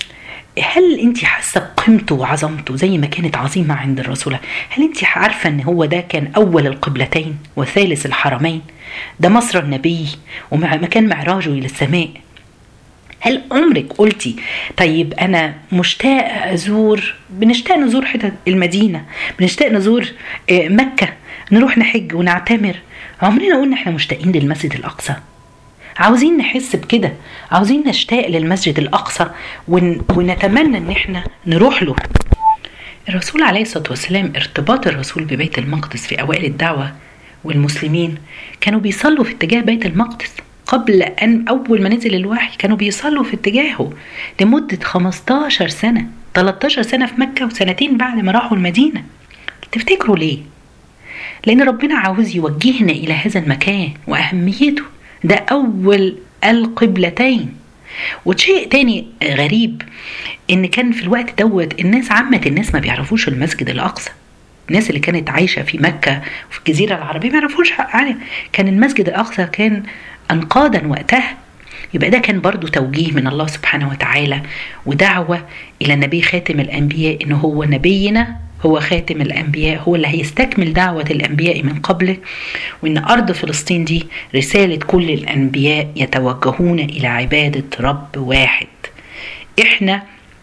هل انت حاسة بقيمته وعظمته زي ما كانت عظيمة عند الرسول؟ هل انت عارفة ان هو ده كان أول القبلتين وثالث الحرمين؟ ده مصر النبي ومكان معراجه إلى السماء. هل عمرك قلتي طيب أنا مشتاق أزور، بنشتاق نزور حتة المدينة، بنشتاق نزور مكة، نروح نحج ونعتمر، عمرنا قلنا احنا مشتاقين للمسجد الأقصى؟ عاوزين نحس بكده، عاوزين نشتاق للمسجد الأقصى ون... ونتمنى ان احنا نروح له. الرسول عليه الصلاة والسلام ارتباط الرسول ببيت المقدس في أوائل الدعوة، والمسلمين كانوا بيصلوا في اتجاه بيت المقدس. قبل أن أول ما نزل الوحي كانوا بيصلوا في اتجاهه لمدة خمستاشر سنة، تلتاشر سنة في مكة وسنتين بعد ما راحوا المدينة. تفتكروا ليه؟ لأن ربنا عاوز يوجهنا إلى هذا المكان وأهميته، ده أول القبلتين. وشيء تاني غريب إن كان في الوقت دوت الناس عامة الناس ما بيعرفوش المسجد الأقصى. الناس اللي كانت عايشة في مكة وفي الجزيرة العربية ما يعرفوش حق عليه. كان المسجد الأقصى كان أنقاضا وقتها. يبقى ده كان برضو توجيه من الله سبحانه وتعالى ودعوة إلى النبي خاتم الأنبياء، إنه هو نبينا، هو خاتم الأنبياء، هو اللي هيستكمل دعوة الأنبياء من قبله، وإن أرض فلسطين دي رسالة كل الأنبياء يتوجهون إلى عبادة رب واحد. إحنا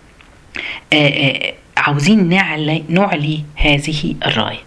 آآ آآ عاوزين نعلي, نعلي هذه الراية.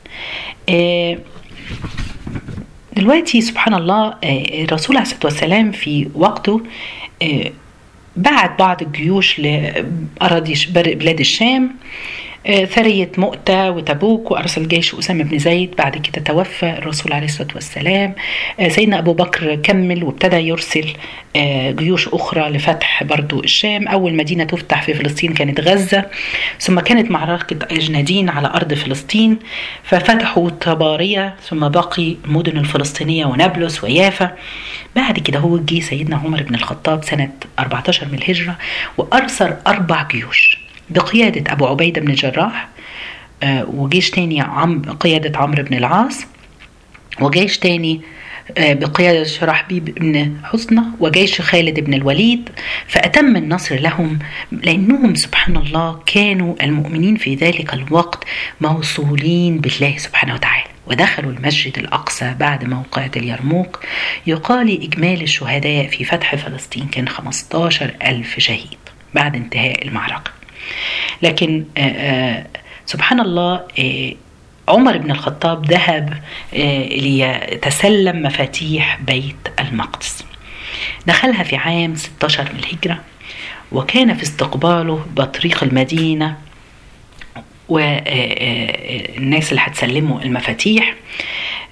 دلوقتي سبحان الله الرسول عليه الصلاة والسلام في وقته بعت بعض الجيوش لأراضي بلاد الشام، ثرية مؤتة وتبوك، وأرسل جيش أسامة بن زيد. بعد كده توفى الرسول عليه الصلاة والسلام. سيدنا أبو بكر كمل وابتدى يرسل جيوش أخرى لفتح برضو الشام. أول مدينة تفتح في فلسطين كانت غزة، ثم كانت معركة أجنادين على أرض فلسطين، ففتحوا طبارية، ثم باقي المدن الفلسطينية ونابلس ويافا. بعد كده هو جه سيدنا عمر بن الخطاب سنة أربعتاشر من الهجرة، وأرسل أربع جيوش بقيادة أبو عبيدة بن الجراح، وجيش تاني عم قيادة عمرو بن العاص، وجيش تاني بقيادة شرحبيل بن حسنة، وجيش خالد بن الوليد. فأتم النصر لهم، لأنهم سبحان الله كانوا المؤمنين في ذلك الوقت موصولين بالله سبحانه وتعالى، ودخلوا المسجد الأقصى بعد موقعة اليرموك. يقال إجمالي الشهداء في فتح فلسطين كان خمستاشر ألف شهيد بعد انتهاء المعركة. لكن آآ آآ سبحان الله عمر بن الخطاب ذهب ليتسلم مفاتيح بيت المقدس. دخلها في عام ستاشر من الهجرة، وكان في استقباله بطريق المدينة والناس اللي هتسلموا المفاتيح.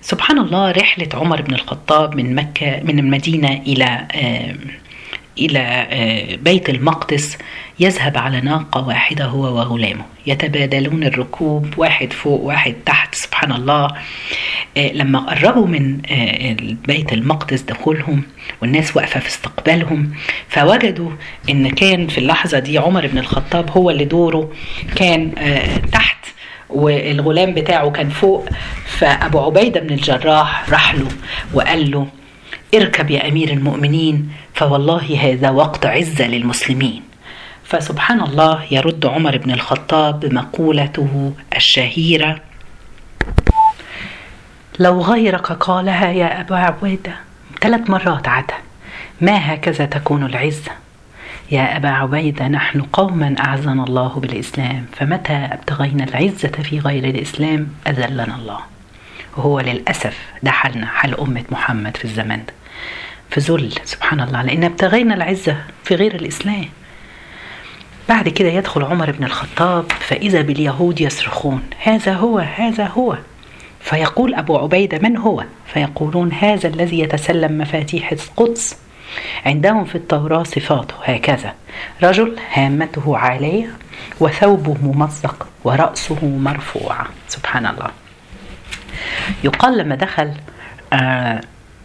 سبحان الله، رحلة عمر بن الخطاب من مكة من المدينة إلى إلى بيت المقدس يذهب على ناقة واحدة هو وغلامه، يتبادلون الركوب، واحد فوق واحد تحت. سبحان الله. لما قربوا من بيت المقدس دخولهم والناس واقفة في استقبالهم، فوجدوا إن كان في اللحظة دي عمر بن الخطاب هو اللي دوره كان تحت والغلام بتاعه كان فوق. فأبو عبيدة بن الجراح راح له وقال له: اركب يا أمير المؤمنين، فوالله هذا وقت عزة للمسلمين. فسبحان الله يرد عمر بن الخطاب بمقولته الشهيرة: لو غيرك قالها يا أبا عبيدة، ثلاث مرات عدا، ما هكذا تكون العزة يا أبا عبيدة، نحن قوما أعزنا الله بالإسلام، فمتى ابتغينا العزة في غير الإسلام أذلنا الله. وهو للأسف ده حالنا، حال أمة محمد في الزمان ده، في ذل. سبحان الله، لأن ابتغينا العزة في غير الإسلام. بعد كده يدخل عمر بن الخطاب فإذا باليهود يصرخون: هذا هو، هذا هو. فيقول أبو عبيدة: من هو؟ فيقولون: هذا الذي يتسلم مفاتيح القدس، عندهم في التوراة صفاته هكذا: رجل هامته عالية وثوبه ممزق ورأسه مرفوع. سبحان الله. يقال لما دخل آه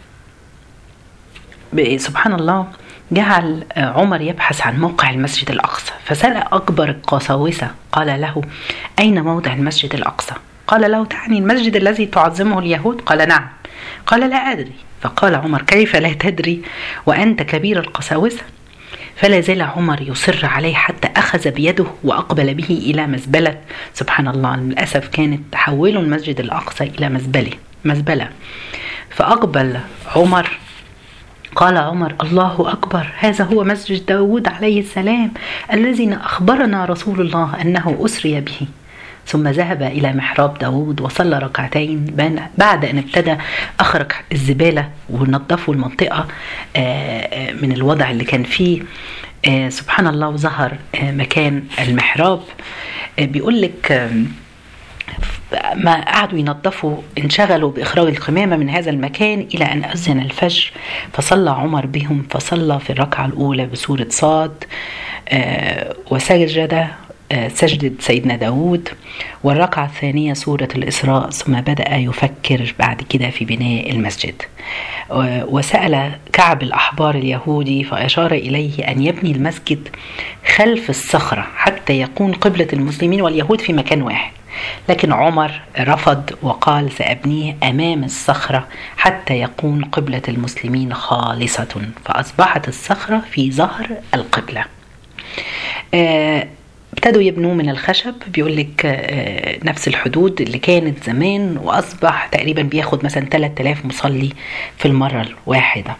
سبحان الله جعل عمر يبحث عن موقع المسجد الأقصى، فسأل أكبر القساوسة قال له: أين موضع المسجد الأقصى؟ قال له: تعني المسجد الذي تعظمه اليهود؟ قال: نعم. قال: لا أدري. فقال عمر: كيف لا تدري وأنت كبير القساوسة؟ فلا زال عمر يصر عليه حتى أخذ بيده وأقبل به إلى مزبلة. سبحان الله، للأسف كانت تحولوا المسجد الأقصى إلى مزبلة مزبلة فأقبل عمر. قال عمر: الله أكبر، هذا هو مسجد داود عليه السلام الذي أخبرنا رسول الله أنه أسري به. ثم ذهب إلى محراب داود وصلى ركعتين. بعد أن ابتدى أخرج الزبالة ونظفوا المنطقة من الوضع اللي كان فيه. سبحان الله، وظهر مكان المحراب. بيقول لك ما قعدوا ينظفوا انشغلوا بإخراج القمامة من هذا المكان إلى أن أذن الفجر، فصلى عمر بهم. فصلى في الركعة الأولى بسورة صاد وسجد سجدة سيدنا داود، والركعة الثانية سورة الإسراء. ثم بدأ يفكر بعد كده في بناء المسجد، وسأل كعب الأحبار اليهودي فأشار إليه أن يبني المسجد خلف الصخرة حتى يكون قبلة المسلمين واليهود في مكان واحد. لكن عمر رفض وقال: سأبنيه أمام الصخرة حتى يكون قبلة المسلمين خالصة. فأصبحت الصخرة في ظهر القبلة. آه ابتدوا يبنوا من الخشب. بيقول لك نفس الحدود اللي كانت زمان، وأصبح تقريبا بياخد مثلا ثلاثة آلاف مصلي في المرة الواحدة.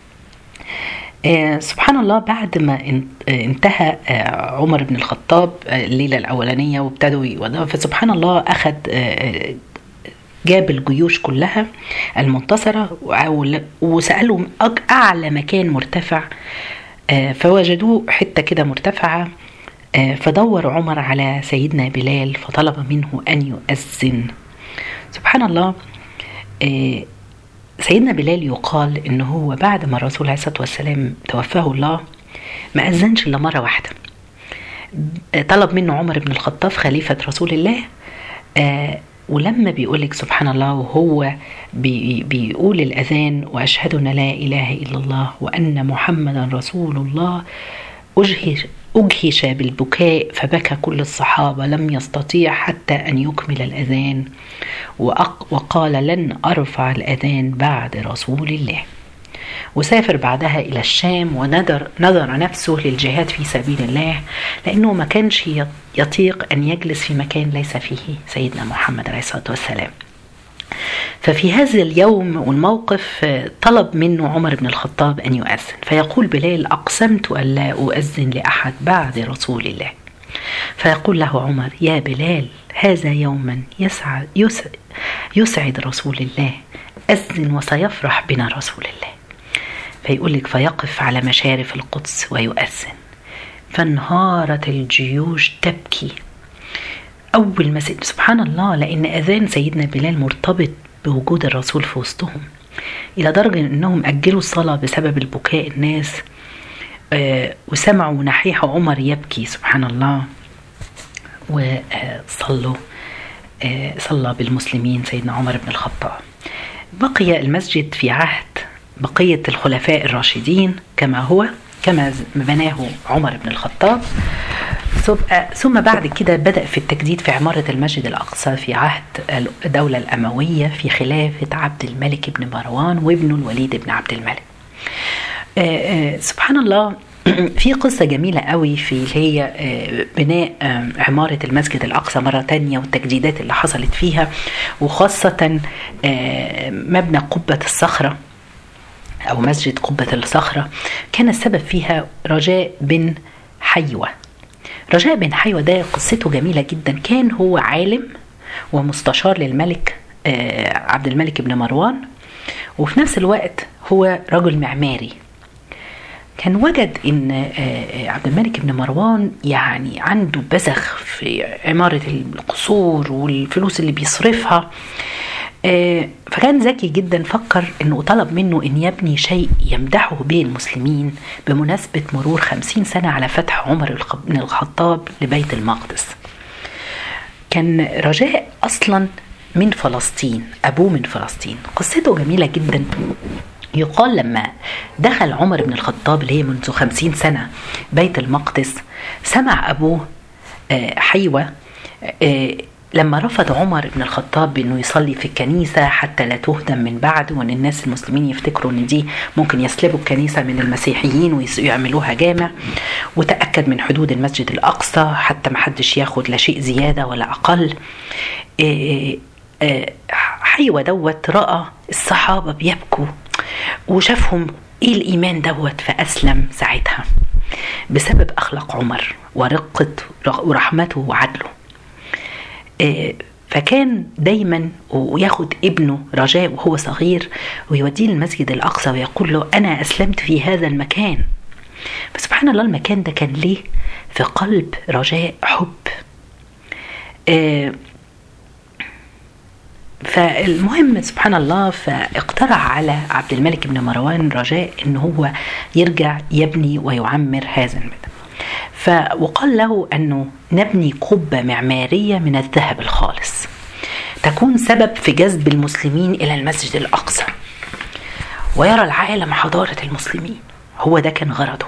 سبحان الله. بعد ما انتهى عمر بن الخطاب الليلة الأولانية وابتدوا يودعوا، فسبحان الله أخذ جاب الجيوش كلها المنتصرة وسألوا أعلى مكان مرتفع، فوجدوه حتة كده مرتفعة. فدور عمر على سيدنا بلال فطلب منه أن يؤذن. سبحان الله. سيدنا بلال يقال إنه هو بعد ما الرسول عليه الصلاة والسلام توفاه الله ما أذنش إلا مرة واحدة. طلب منه عمر بن الخطاب خليفة رسول الله، ولما بيقولك سبحان الله وهو بي بيقول الأذان: وأشهد أن لا إله إلا الله وأن محمدا رسول الله، أجهش أجهش بالبكاء فبكى كل الصحابة، لم يستطيع حتى أن يكمل الأذان، وقال: لن أرفع الأذان بعد رسول الله. وسافر بعدها إلى الشام ونذر نذر نفسه للجهاد في سبيل الله، لأنه ما كانش يطيق أن يجلس في مكان ليس فيه سيدنا محمد عليه الصلاة والسلام. ففي هذا اليوم والموقف طلب منه عمر بن الخطاب أن يؤذن، فيقول بلال: أقسمت أن لا أؤذن لأحد بعد رسول الله. فيقول له عمر: يا بلال، هذا يوما يسعد, يسعد, يسعد رسول الله، أذن وسيفرح بنا رسول الله. فيقول لك: فيقف على مشارف القدس ويؤذن، فانهارت الجيوش تبكي. أول ما سبحان الله، لأن أذان سيدنا بلال مرتبط بوجود الرسول في وسطهم، إلى درجة أنهم أجلوا الصلاة بسبب البكاء الناس، آه وسمعوا نحيح عمر يبكي سبحان الله، وصلوا آه صلى بالمسلمين سيدنا عمر بن الخطاب. بقي المسجد في عهد بقية الخلفاء الراشدين كما هو، كما بناه عمر بن الخطاب. ثم بعد كده بدأ في التجديد في عمارة المسجد الأقصى في عهد الدولة الأموية في خلافة عبد الملك بن مروان وابنه الوليد بن عبد الملك. آآ آآ سبحان الله، في قصة جميلة قوي في اللي هي بناء عمارة المسجد الأقصى مرة تانية والتجديدات اللي حصلت فيها، وخاصة مبنى قبة الصخرة أو مسجد قبة الصخرة. كان السبب فيها رجاء بن حيوة. رجاء بن حيوة ده قصته جميلة جدا. كان هو عالم ومستشار للملك عبد الملك بن مروان، وفي نفس الوقت هو رجل معماري. كان وجد ان عبد الملك بن مروان يعني عنده بذخ في عمارة القصور والفلوس اللي بيصرفها، فكان ذكي جدا، فكر انه طلب منه ان يبني شيء يمدحه به المسلمين بمناسبة مرور خمسين سنة على فتح عمر بن الخطاب لبيت المقدس. كان رجاء اصلا من فلسطين، ابوه من فلسطين. قصته جميلة جدا. يقال لما دخل عمر بن الخطاب اللي هي منذ خمسين سنة بيت المقدس، سمع أبوه حيوة لما رفض عمر بن الخطاب بأنه يصلي في الكنيسة حتى لا تهدم من بعد، وأن الناس المسلمين يفتكروا أن دي ممكن يسلبوا الكنيسة من المسيحيين ويعملوها جامع، وتأكد من حدود المسجد الأقصى حتى ما حدش ياخد لا شيء زيادة ولا أقل. حيوة دوت رأى الصحابة بيبكوا وشافهم ايه الايمان دوت، فاسلم ساعتها بسبب اخلاق عمر ورقة ورحمته وعدله. فكان دايما وياخد ابنه رجاء وهو صغير ويوديه المسجد الاقصى ويقول له انا اسلمت في هذا المكان. فسبحان الله المكان ده كان ليه في قلب رجاء حب. فالمهم سبحان الله، فاقترح على عبد الملك بن مروان رجاء انه هو يرجع يبني ويعمر هذا المكان. وقال له انه نبني قبة معمارية من الذهب الخالص تكون سبب في جذب المسلمين الى المسجد الاقصى ويرى العالم حضارة المسلمين. هو ده كان غرضه.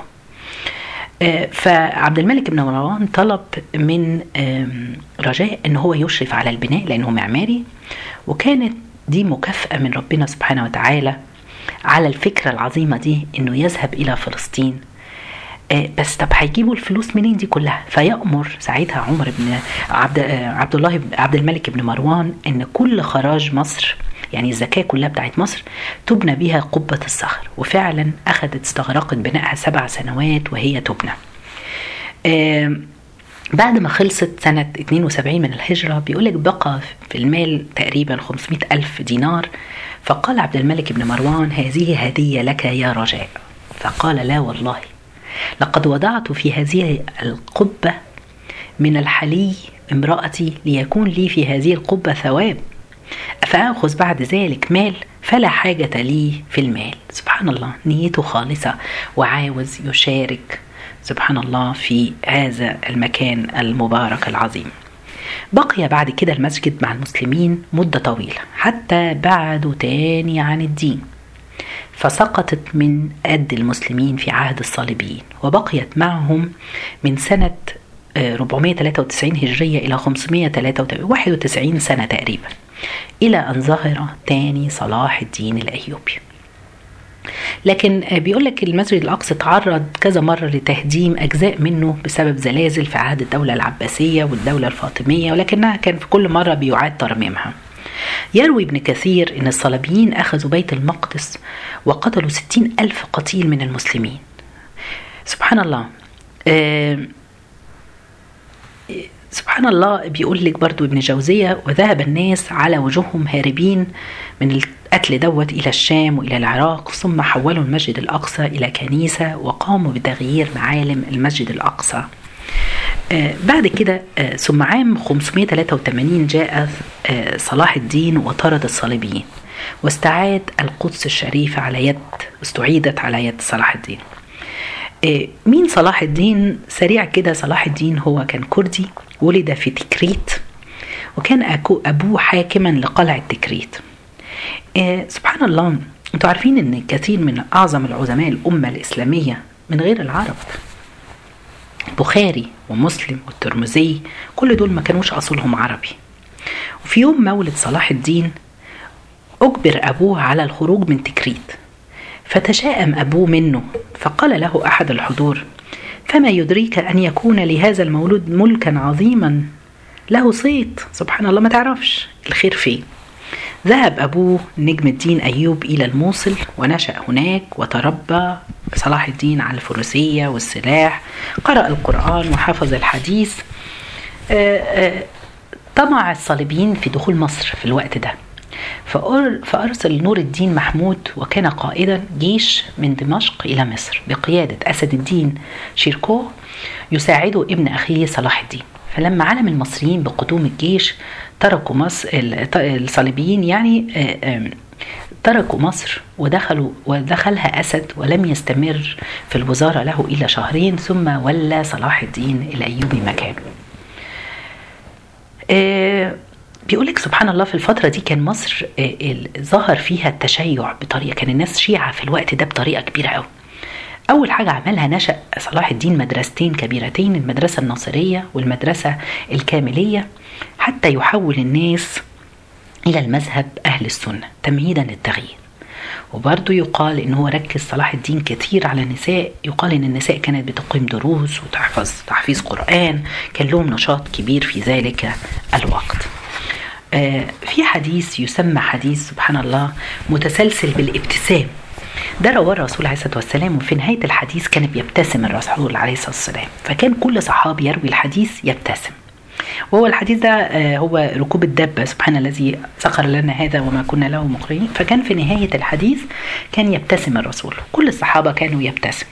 فعبد الملك بن مروان طلب من رجاء ان هو يشرف على البناء لانه معماري، وكانت دي مكافأة من ربنا سبحانه وتعالى على الفكرة العظيمة دي انه يذهب الى فلسطين. بس طب هيجيبوا الفلوس منين دي كلها؟ فيأمر ساعتها عمر بن عبد عبد الله عبد الملك بن مروان ان كل خراج مصر، يعني الزكاة كلها بتاعت مصر، تبنى بها قبة الصخر. وفعلا أخذت استغرقت بنائها سبع سنوات وهي تبنى. آه بعد ما خلصت سنة اثنين وسبعين من الهجرة بيقولك بقى في المال تقريبا خمسمائة ألف دينار. فقال عبد الملك بن مروان هذه هدية لك يا رجاء. فقال لا والله، لقد وضعت في هذه القبة من الحلي امرأتي ليكون لي في هذه القبة ثواب، فأخذ بعد ذلك مال فلا حاجة لي في المال. سبحان الله، نيته خالصة وعاوز يشارك سبحان الله في هذا المكان المبارك العظيم. بقي بعد كده المسجد مع المسلمين مدة طويلة حتى بعدوا تاني عن الدين، فسقطت من يد المسلمين في عهد الصليبيين، وبقيت معهم من سنة أربعمائة وثلاثة وتسعين هجرية إلى خمسمائة وواحد وتسعين سنة تقريبا، إلى أن ظهر تاني صلاح الدين الأيوبي. لكن بيقولك المسجد الأقصى تعرض كذا مرة لتهديم أجزاء منه بسبب زلازل في عهد الدولة العباسية والدولة الفاطمية، ولكنها كان في كل مرة بيعاد ترميمها. يروي ابن كثير أن الصليبيين أخذوا بيت المقدس وقتلوا ستين ألف قتيل من المسلمين. سبحان الله. آه سبحان الله. بيقول لك برضو ابن جوزية وذهب الناس على وجوههم هاربين من القتل دوت إلى الشام وإلى العراق، ثم حولوا المسجد الأقصى إلى كنيسة وقاموا بتغيير معالم المسجد الأقصى. آه بعد كده آه ثم عام خمسمائة وثلاثة وثمانين جاء آه صلاح الدين وطرد الصليبيين، واستعاد القدس الشريفة على يد استعيدت على يد صلاح الدين. آه مين صلاح الدين؟ سريع كده، صلاح الدين هو كان كردي، ولد في تكريت، وكان أبوه حاكما لقلعة تكريت. آه سبحان الله، انتوا عارفين ان كثير من اعظم العظماء الامة الاسلامية من غير العرب، بخاري ومسلم والترمذي، كل دول ما كانوش اصلهم عربي. وفي يوم مولد صلاح الدين اجبر ابوه على الخروج من تكريت، فتشاءم ابوه منه، فقال له احد الحضور: فما يدريك ان يكون لهذا المولود ملكا عظيما له صيت؟ سبحان الله، ما تعرفش الخير فين. ذهب أبوه نجم الدين أيوب إلى الموصل ونشأ هناك، وتربى صلاح الدين على الفروسية والسلاح، قرأ القرآن وحفظ الحديث. طمع الصليبيين في دخول مصر في الوقت ده، فأرسل نور الدين محمود، وكان قائدا جيش من دمشق إلى مصر بقيادة أسد الدين شيركو يساعده ابن أخيه صلاح الدين. فلما علم المصريين بقدوم الجيش تركوا مصر، الصليبيين يعني تركوا مصر ودخلوا ودخلها أسد، ولم يستمر في الوزارة له إلا شهرين، ثم ولى صلاح الدين الأيوبي مكانه. بيقولك سبحان الله، في الفترة دي كان مصر ظهر فيها التشيع بطريقة، كان الناس شيعة في الوقت ده بطريقة كبيرة قوي. أول حاجة عملها، نشأ صلاح الدين مدرستين كبيرتين، المدرسة الناصرية والمدرسة الكاملية، حتى يحول الناس إلى المذهب أهل السنة تمهيدا للتغيير. وبرضه يقال إنه ركز صلاح الدين كثير على النساء، يقال إن النساء كانت بتقيم دروس وتحفظ تحفيظ قرآن، كان لهم نشاط كبير في ذلك الوقت. آه في حديث يسمى حديث سبحان الله متسلسل بالابتسام، ده رواه الرسول عليه الصلاة والسلام، وفي نهاية الحديث كان بيبتسم الرسول عليه الصلاة والسلام، فكان كل صحابي يروي الحديث يبتسم. وهو الحديث ده هو ركوب الدابة، سبحان الذي سخر لنا هذا وما كنا له مقرنين. فكان في نهاية الحديث كان يبتسم الرسول، كل الصحابة كانوا يبتسم.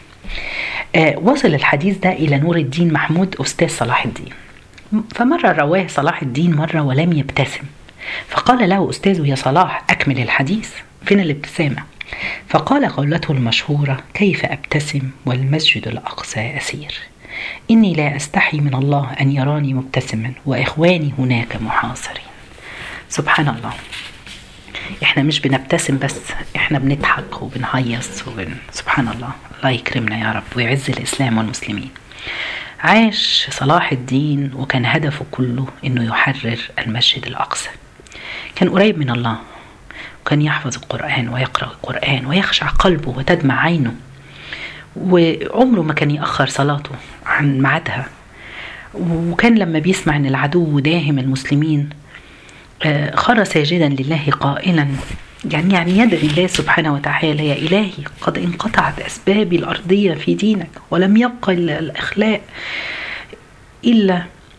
وصل الحديث ده إلى نور الدين محمود أستاذ صلاح الدين، فمرة رواه صلاح الدين مرة ولم يبتسم، فقال له أستاذه: يا صلاح أكمل الحديث، فين الابتسامة؟ فقال قولته المشهورة: كيف أبتسم والمسجد الأقصى أسير، إني لا أستحي من الله أن يراني مبتسما وإخواني هناك محاصرين. سبحان الله، إحنا مش بنبتسم بس، إحنا بنضحك وبنهيص وبن... سبحان الله، الله يكرمنا يا رب ويعز الإسلام والمسلمين. عاش صلاح الدين وكان هدفه كله إنه يحرر المسجد الأقصى، كان قريب من الله، وكان يحفظ القرآن ويقرأ القرآن ويخشع قلبه وتدمع عينه، وعمره ما كان يأخر صلاته عن ميعادها. وكان لما بيسمع ان العدو داهم المسلمين خر ساجدا لله قائلا، يعني يعني يدعي الله سبحانه وتعالى: يا إلهي قد انقطعت أسبابي الأرضية في دينك، ولم يبق إلا الإخلاء إلا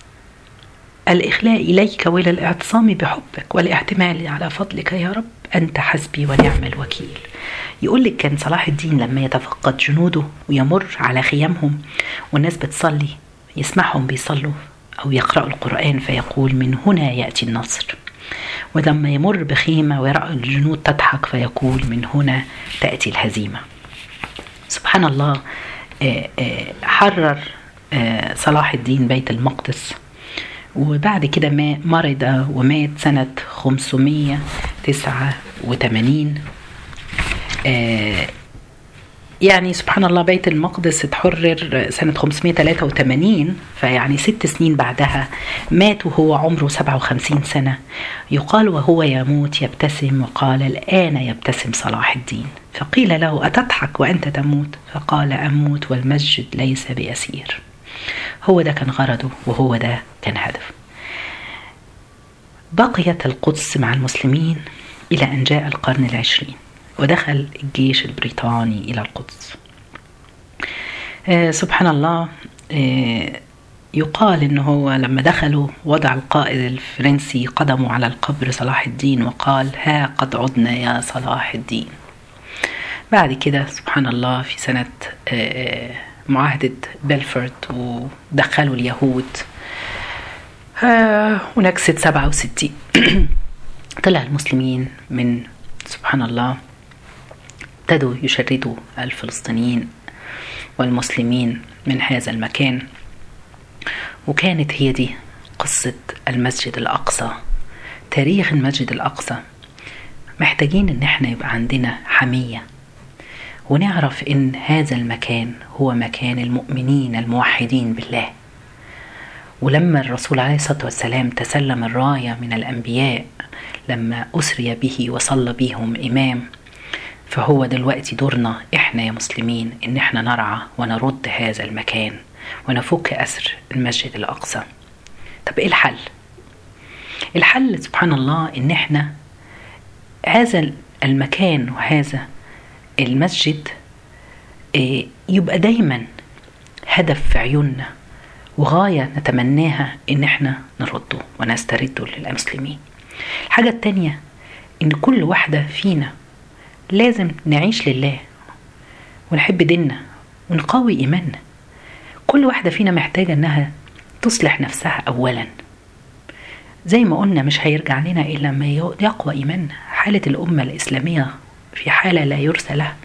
الإخلاء إليك وإلى الاعتصام بحبك والاعتماد على فضلك يا رب، أنت حسبي ونعم الوكيل. يقول لك كان صلاح الدين لما يتفقد جنوده ويمر على خيامهم والناس بتصلي، يسمعهم بيصلوا أو يقرأوا القرآن فيقول: من هنا يأتي النصر. ولما يمر بخيمة ويرى الجنود تضحك فيقول: من هنا تأتي الهزيمة. سبحان الله، حرر صلاح الدين بيت المقدس، وبعد كده ما مرض ومات سنة خمسمائة وتسعة وثمانين. آه يعني سبحان الله، بيت المقدس اتحرر سنة خمسمائة وثلاثة وثمانين، فيعني ست سنين بعدها مات وهو عمره سبعة وخمسين سنة. يقال وهو يموت يبتسم، وقال: الآن يبتسم صلاح الدين. فقيل له: أتضحك وأنت تموت؟ فقال: أموت والمسجد ليس بأسير. هو ده كان غرضه، وهو ده كان هدفه. بقيت القدس مع المسلمين إلى أن جاء القرن العشرين، ودخل الجيش البريطاني إلى القدس. آه سبحان الله، آه يقال إنه هو لما دخلوا وضع القائد الفرنسي قدمه على القبر صلاح الدين وقال: ها قد عدنا يا صلاح الدين. بعد كده سبحان الله في سنة آه معاهدة بلفورد ودخلوا اليهود آه ونكسة سبعة وستين طلع المسلمين من سبحان الله ابتدوا يشردوا الفلسطينيين والمسلمين من هذا المكان. وكانت هي دي قصة المسجد الأقصى، تاريخ المسجد الأقصى. محتاجين ان احنا يبقى عندنا حمية ونعرف ان هذا المكان هو مكان المؤمنين الموحدين بالله. ولما الرسول عليه الصلاة والسلام تسلم الراية من الأنبياء لما أسري به وصلى بهم إمام، فهو دلوقتي دورنا إحنا يا مسلمين إن إحنا نرعى ونرد هذا المكان ونفك أسر المسجد الأقصى. طب إيه الحل؟ الحل سبحان الله إن إحنا هذا المكان وهذا المسجد يبقى دايما هدف في عيوننا وغاية نتمناها إن إحنا نرده ونسترده للمسلمين. الحاجة التانية إن كل واحدة فينا لازم نعيش لله ونحب ديننا ونقوي إيماننا. كل واحدة فينا محتاجة إنها تصلح نفسها أولا. زي ما قلنا مش هيرجع لنا إلا ما يقوى إيماننا. حالة الأمة الإسلامية في حالة لا يرثى لها،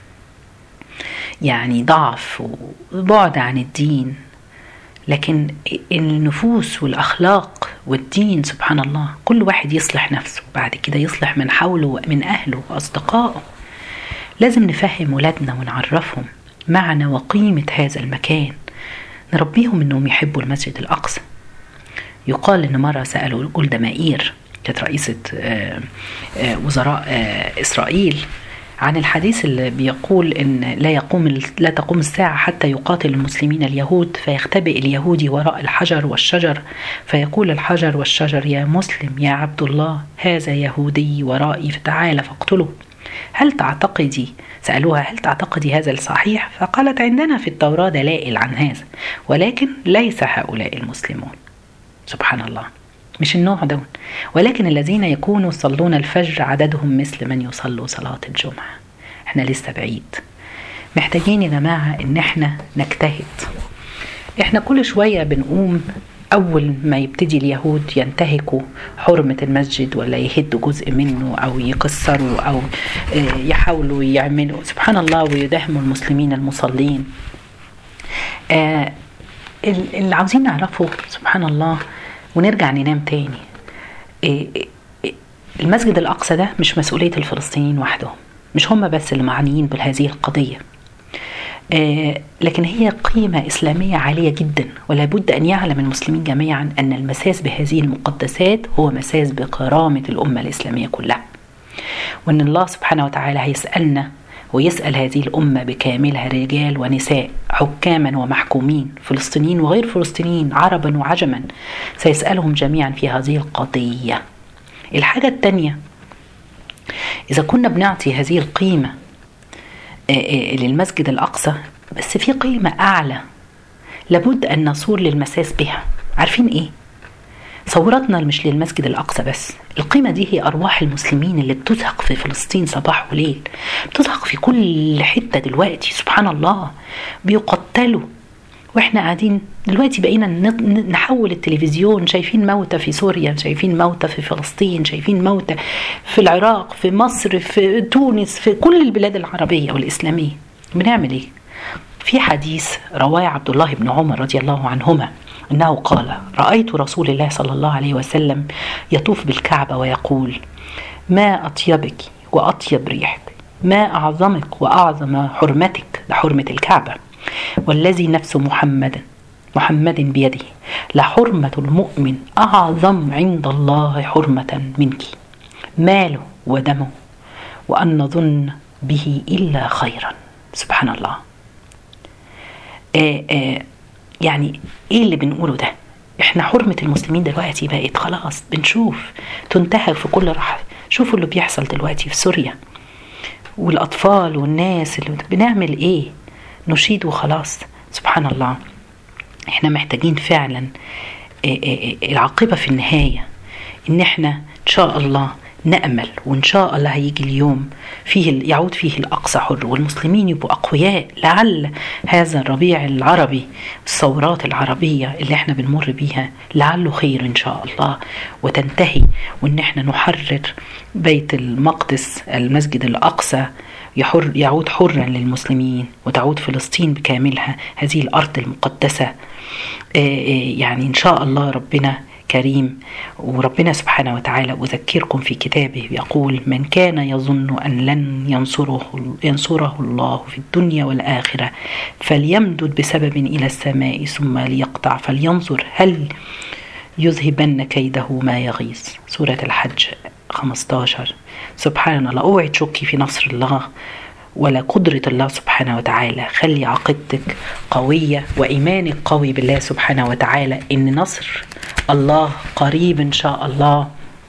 يعني ضعف وبعد عن الدين، لكن النفوس والأخلاق والدين سبحان الله كل واحد يصلح نفسه بعد كده يصلح من حوله من أهله وأصدقائه. لازم نفهم ولادنا ونعرفهم معنى وقيمة هذا المكان، نربيهم أنهم يحبوا المسجد الأقصى. يقال أن مرة سألوا جولدا مائير كانت رئيسة وزراء إسرائيل عن الحديث اللي بيقول إن لا يقوم لا تقوم الساعة حتى يقاتل المسلمين اليهود، فيختبئ اليهودي وراء الحجر والشجر، فيقول الحجر والشجر يا مسلم يا عبد الله هذا يهودي ورائي فتعال فاقتله. هل تعتقدي سألوها هل تعتقدي هذا الصحيح؟ فقالت عندنا في التوراة دلائل عن هذا، ولكن ليس هؤلاء المسلمون. سبحان الله، مش النوع دون، ولكن الذين يكونوا يصلون الفجر عددهم مثل من يصلوا صلاة الجمعة. احنا لسه بعيد، محتاجين يا جماعة ان احنا نجتهد. احنا كل شوية بنقوم اول ما يبتدي اليهود ينتهكوا حرمة المسجد ولا يهدوا جزء منه او يكسروا او يحاولوا يعملوا سبحان الله ويدهموا المسلمين المصلين. آه اللي عاوزين نعرفه سبحان الله ونرجع ننام تاني، المسجد الأقصى ده مش مسؤولية الفلسطينيين وحدهم، مش هم بس اللي معنيين بهذه القضية، لكن هي قيمة إسلامية عالية جدا. ولا بد أن يعلم المسلمين جميعا أن المساس بهذه المقدسات هو مساس بكرامة الأمة الإسلامية كلها، وأن الله سبحانه وتعالى هيسألنا ويسأل هذه الأمة بكاملها رجال ونساء حكاما ومحكومين فلسطينيين وغير فلسطينيين عربا وعجما، سيسألهم جميعا في هذه القضية. الحاجة التانية، إذا كنا بنعطي هذه القيمة للمسجد الأقصى، بس في قيمة أعلى لابد أن نصور للمساس بها. عارفين إيه؟ صورتنا مش للمسجد الأقصى بس، القيمة دي هي أرواح المسلمين اللي بتزهق في فلسطين صباح وليل، بتزهق في كل حتة دلوقتي سبحان الله، بيقتلوا. وإحنا قاعدين دلوقتي بقينا نحول التلفزيون، شايفين موتى في سوريا، شايفين موتى في فلسطين، شايفين موتى في العراق، في مصر، في تونس، في كل البلاد العربية والإسلامية. بنعمل إيه؟ في حديث رواه عبد الله بن عمر رضي الله عنهما أنه قال رأيت رسول الله صلى الله عليه وسلم يطوف بالكعبة ويقول ما أطيبك وأطيب ريحك، ما أعظمك وأعظم حرمتك لحرمة الكعبة، والذي نفس محمد محمد بيده لحرمة المؤمن أعظم عند الله حرمة منك، ماله ودمه وأن نظن به إلا خيرا. سبحان الله. آآ آآ يعني ايه اللي بنقوله ده؟ احنا حرمة المسلمين دلوقتي بقت خلاص بنشوف تنتهك في كل رحلة. شوفوا اللي بيحصل دلوقتي في سوريا والأطفال والناس اللي بنعمل ايه؟ نشيد وخلاص. سبحان الله. احنا محتاجين فعلا العاقبة في النهاية ان احنا ان شاء الله نأمل وإن شاء الله هيجي اليوم فيه يعود فيه الأقصى حر والمسلمين يبقوا أقوياء. لعل هذا الربيع العربي، الثورات العربية اللي احنا بنمر بيها، لعله خير إن شاء الله وتنتهي، وإن احنا نحرر بيت المقدس المسجد الأقصى يحر يعود حرا للمسلمين، وتعود فلسطين بكاملها هذه الأرض المقدسة. يعني إن شاء الله ربنا كريم. وربنا سبحانه وتعالى أذكركم في كتابه يقول: من كان يظن أن لن ينصره, ينصره الله في الدنيا والآخرة فليمدد بسبب إلى السماء ثم ليقطع فلينظر هل يذهبن كيده ما يغيظ. سورة الحج خمسة عشر. سبحان الله. اوعي تشكي في نصر الله ولا قدرة الله سبحانه وتعالى. خلي عقيدتك قوية وإيمانك قوي بالله سبحانه وتعالى إن نصر الله قريب إن شاء الله.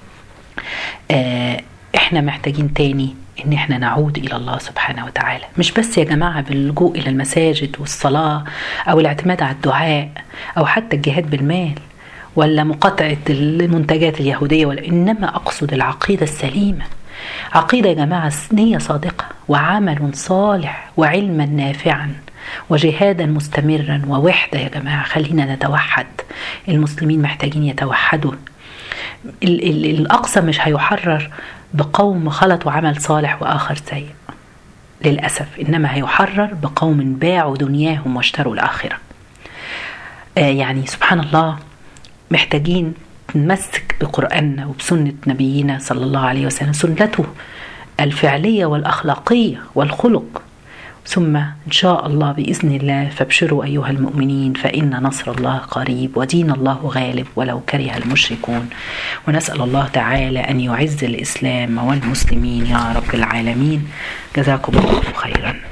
آه إحنا محتاجين تاني إن إحنا نعود إلى الله سبحانه وتعالى، مش بس يا جماعة باللجوء إلى المساجد والصلاة أو الاعتماد على الدعاء أو حتى الجهاد بالمال ولا مقاطعة المنتجات اليهودية، ولا إنما أقصد العقيدة السليمة. عقيدة يا جماعة نية صادقة وعمل صالح وعلما نافعا وجهادا مستمرا ووحدة. يا جماعة خلينا نتوحد، المسلمين محتاجين يتوحدوا. ال- ال- الأقصى مش هيحرر بقوم خلطوا عمل صالح وآخر سيء للأسف، إنما هيحرر بقوم باعوا دنياهم واشتروا الآخرة. آه يعني سبحان الله، محتاجين نمسك بقرآننا وبسنة نبينا صلى الله عليه وسلم، سنته الفعلية والأخلاقية والخلق. ثم إن شاء الله بإذن الله فابشروا أيها المؤمنين فإن نصر الله قريب ودين الله غالب ولو كره المشركون. ونسأل الله تعالى أن يعز الإسلام والمسلمين يا رب العالمين. جزاكم الله خيرا.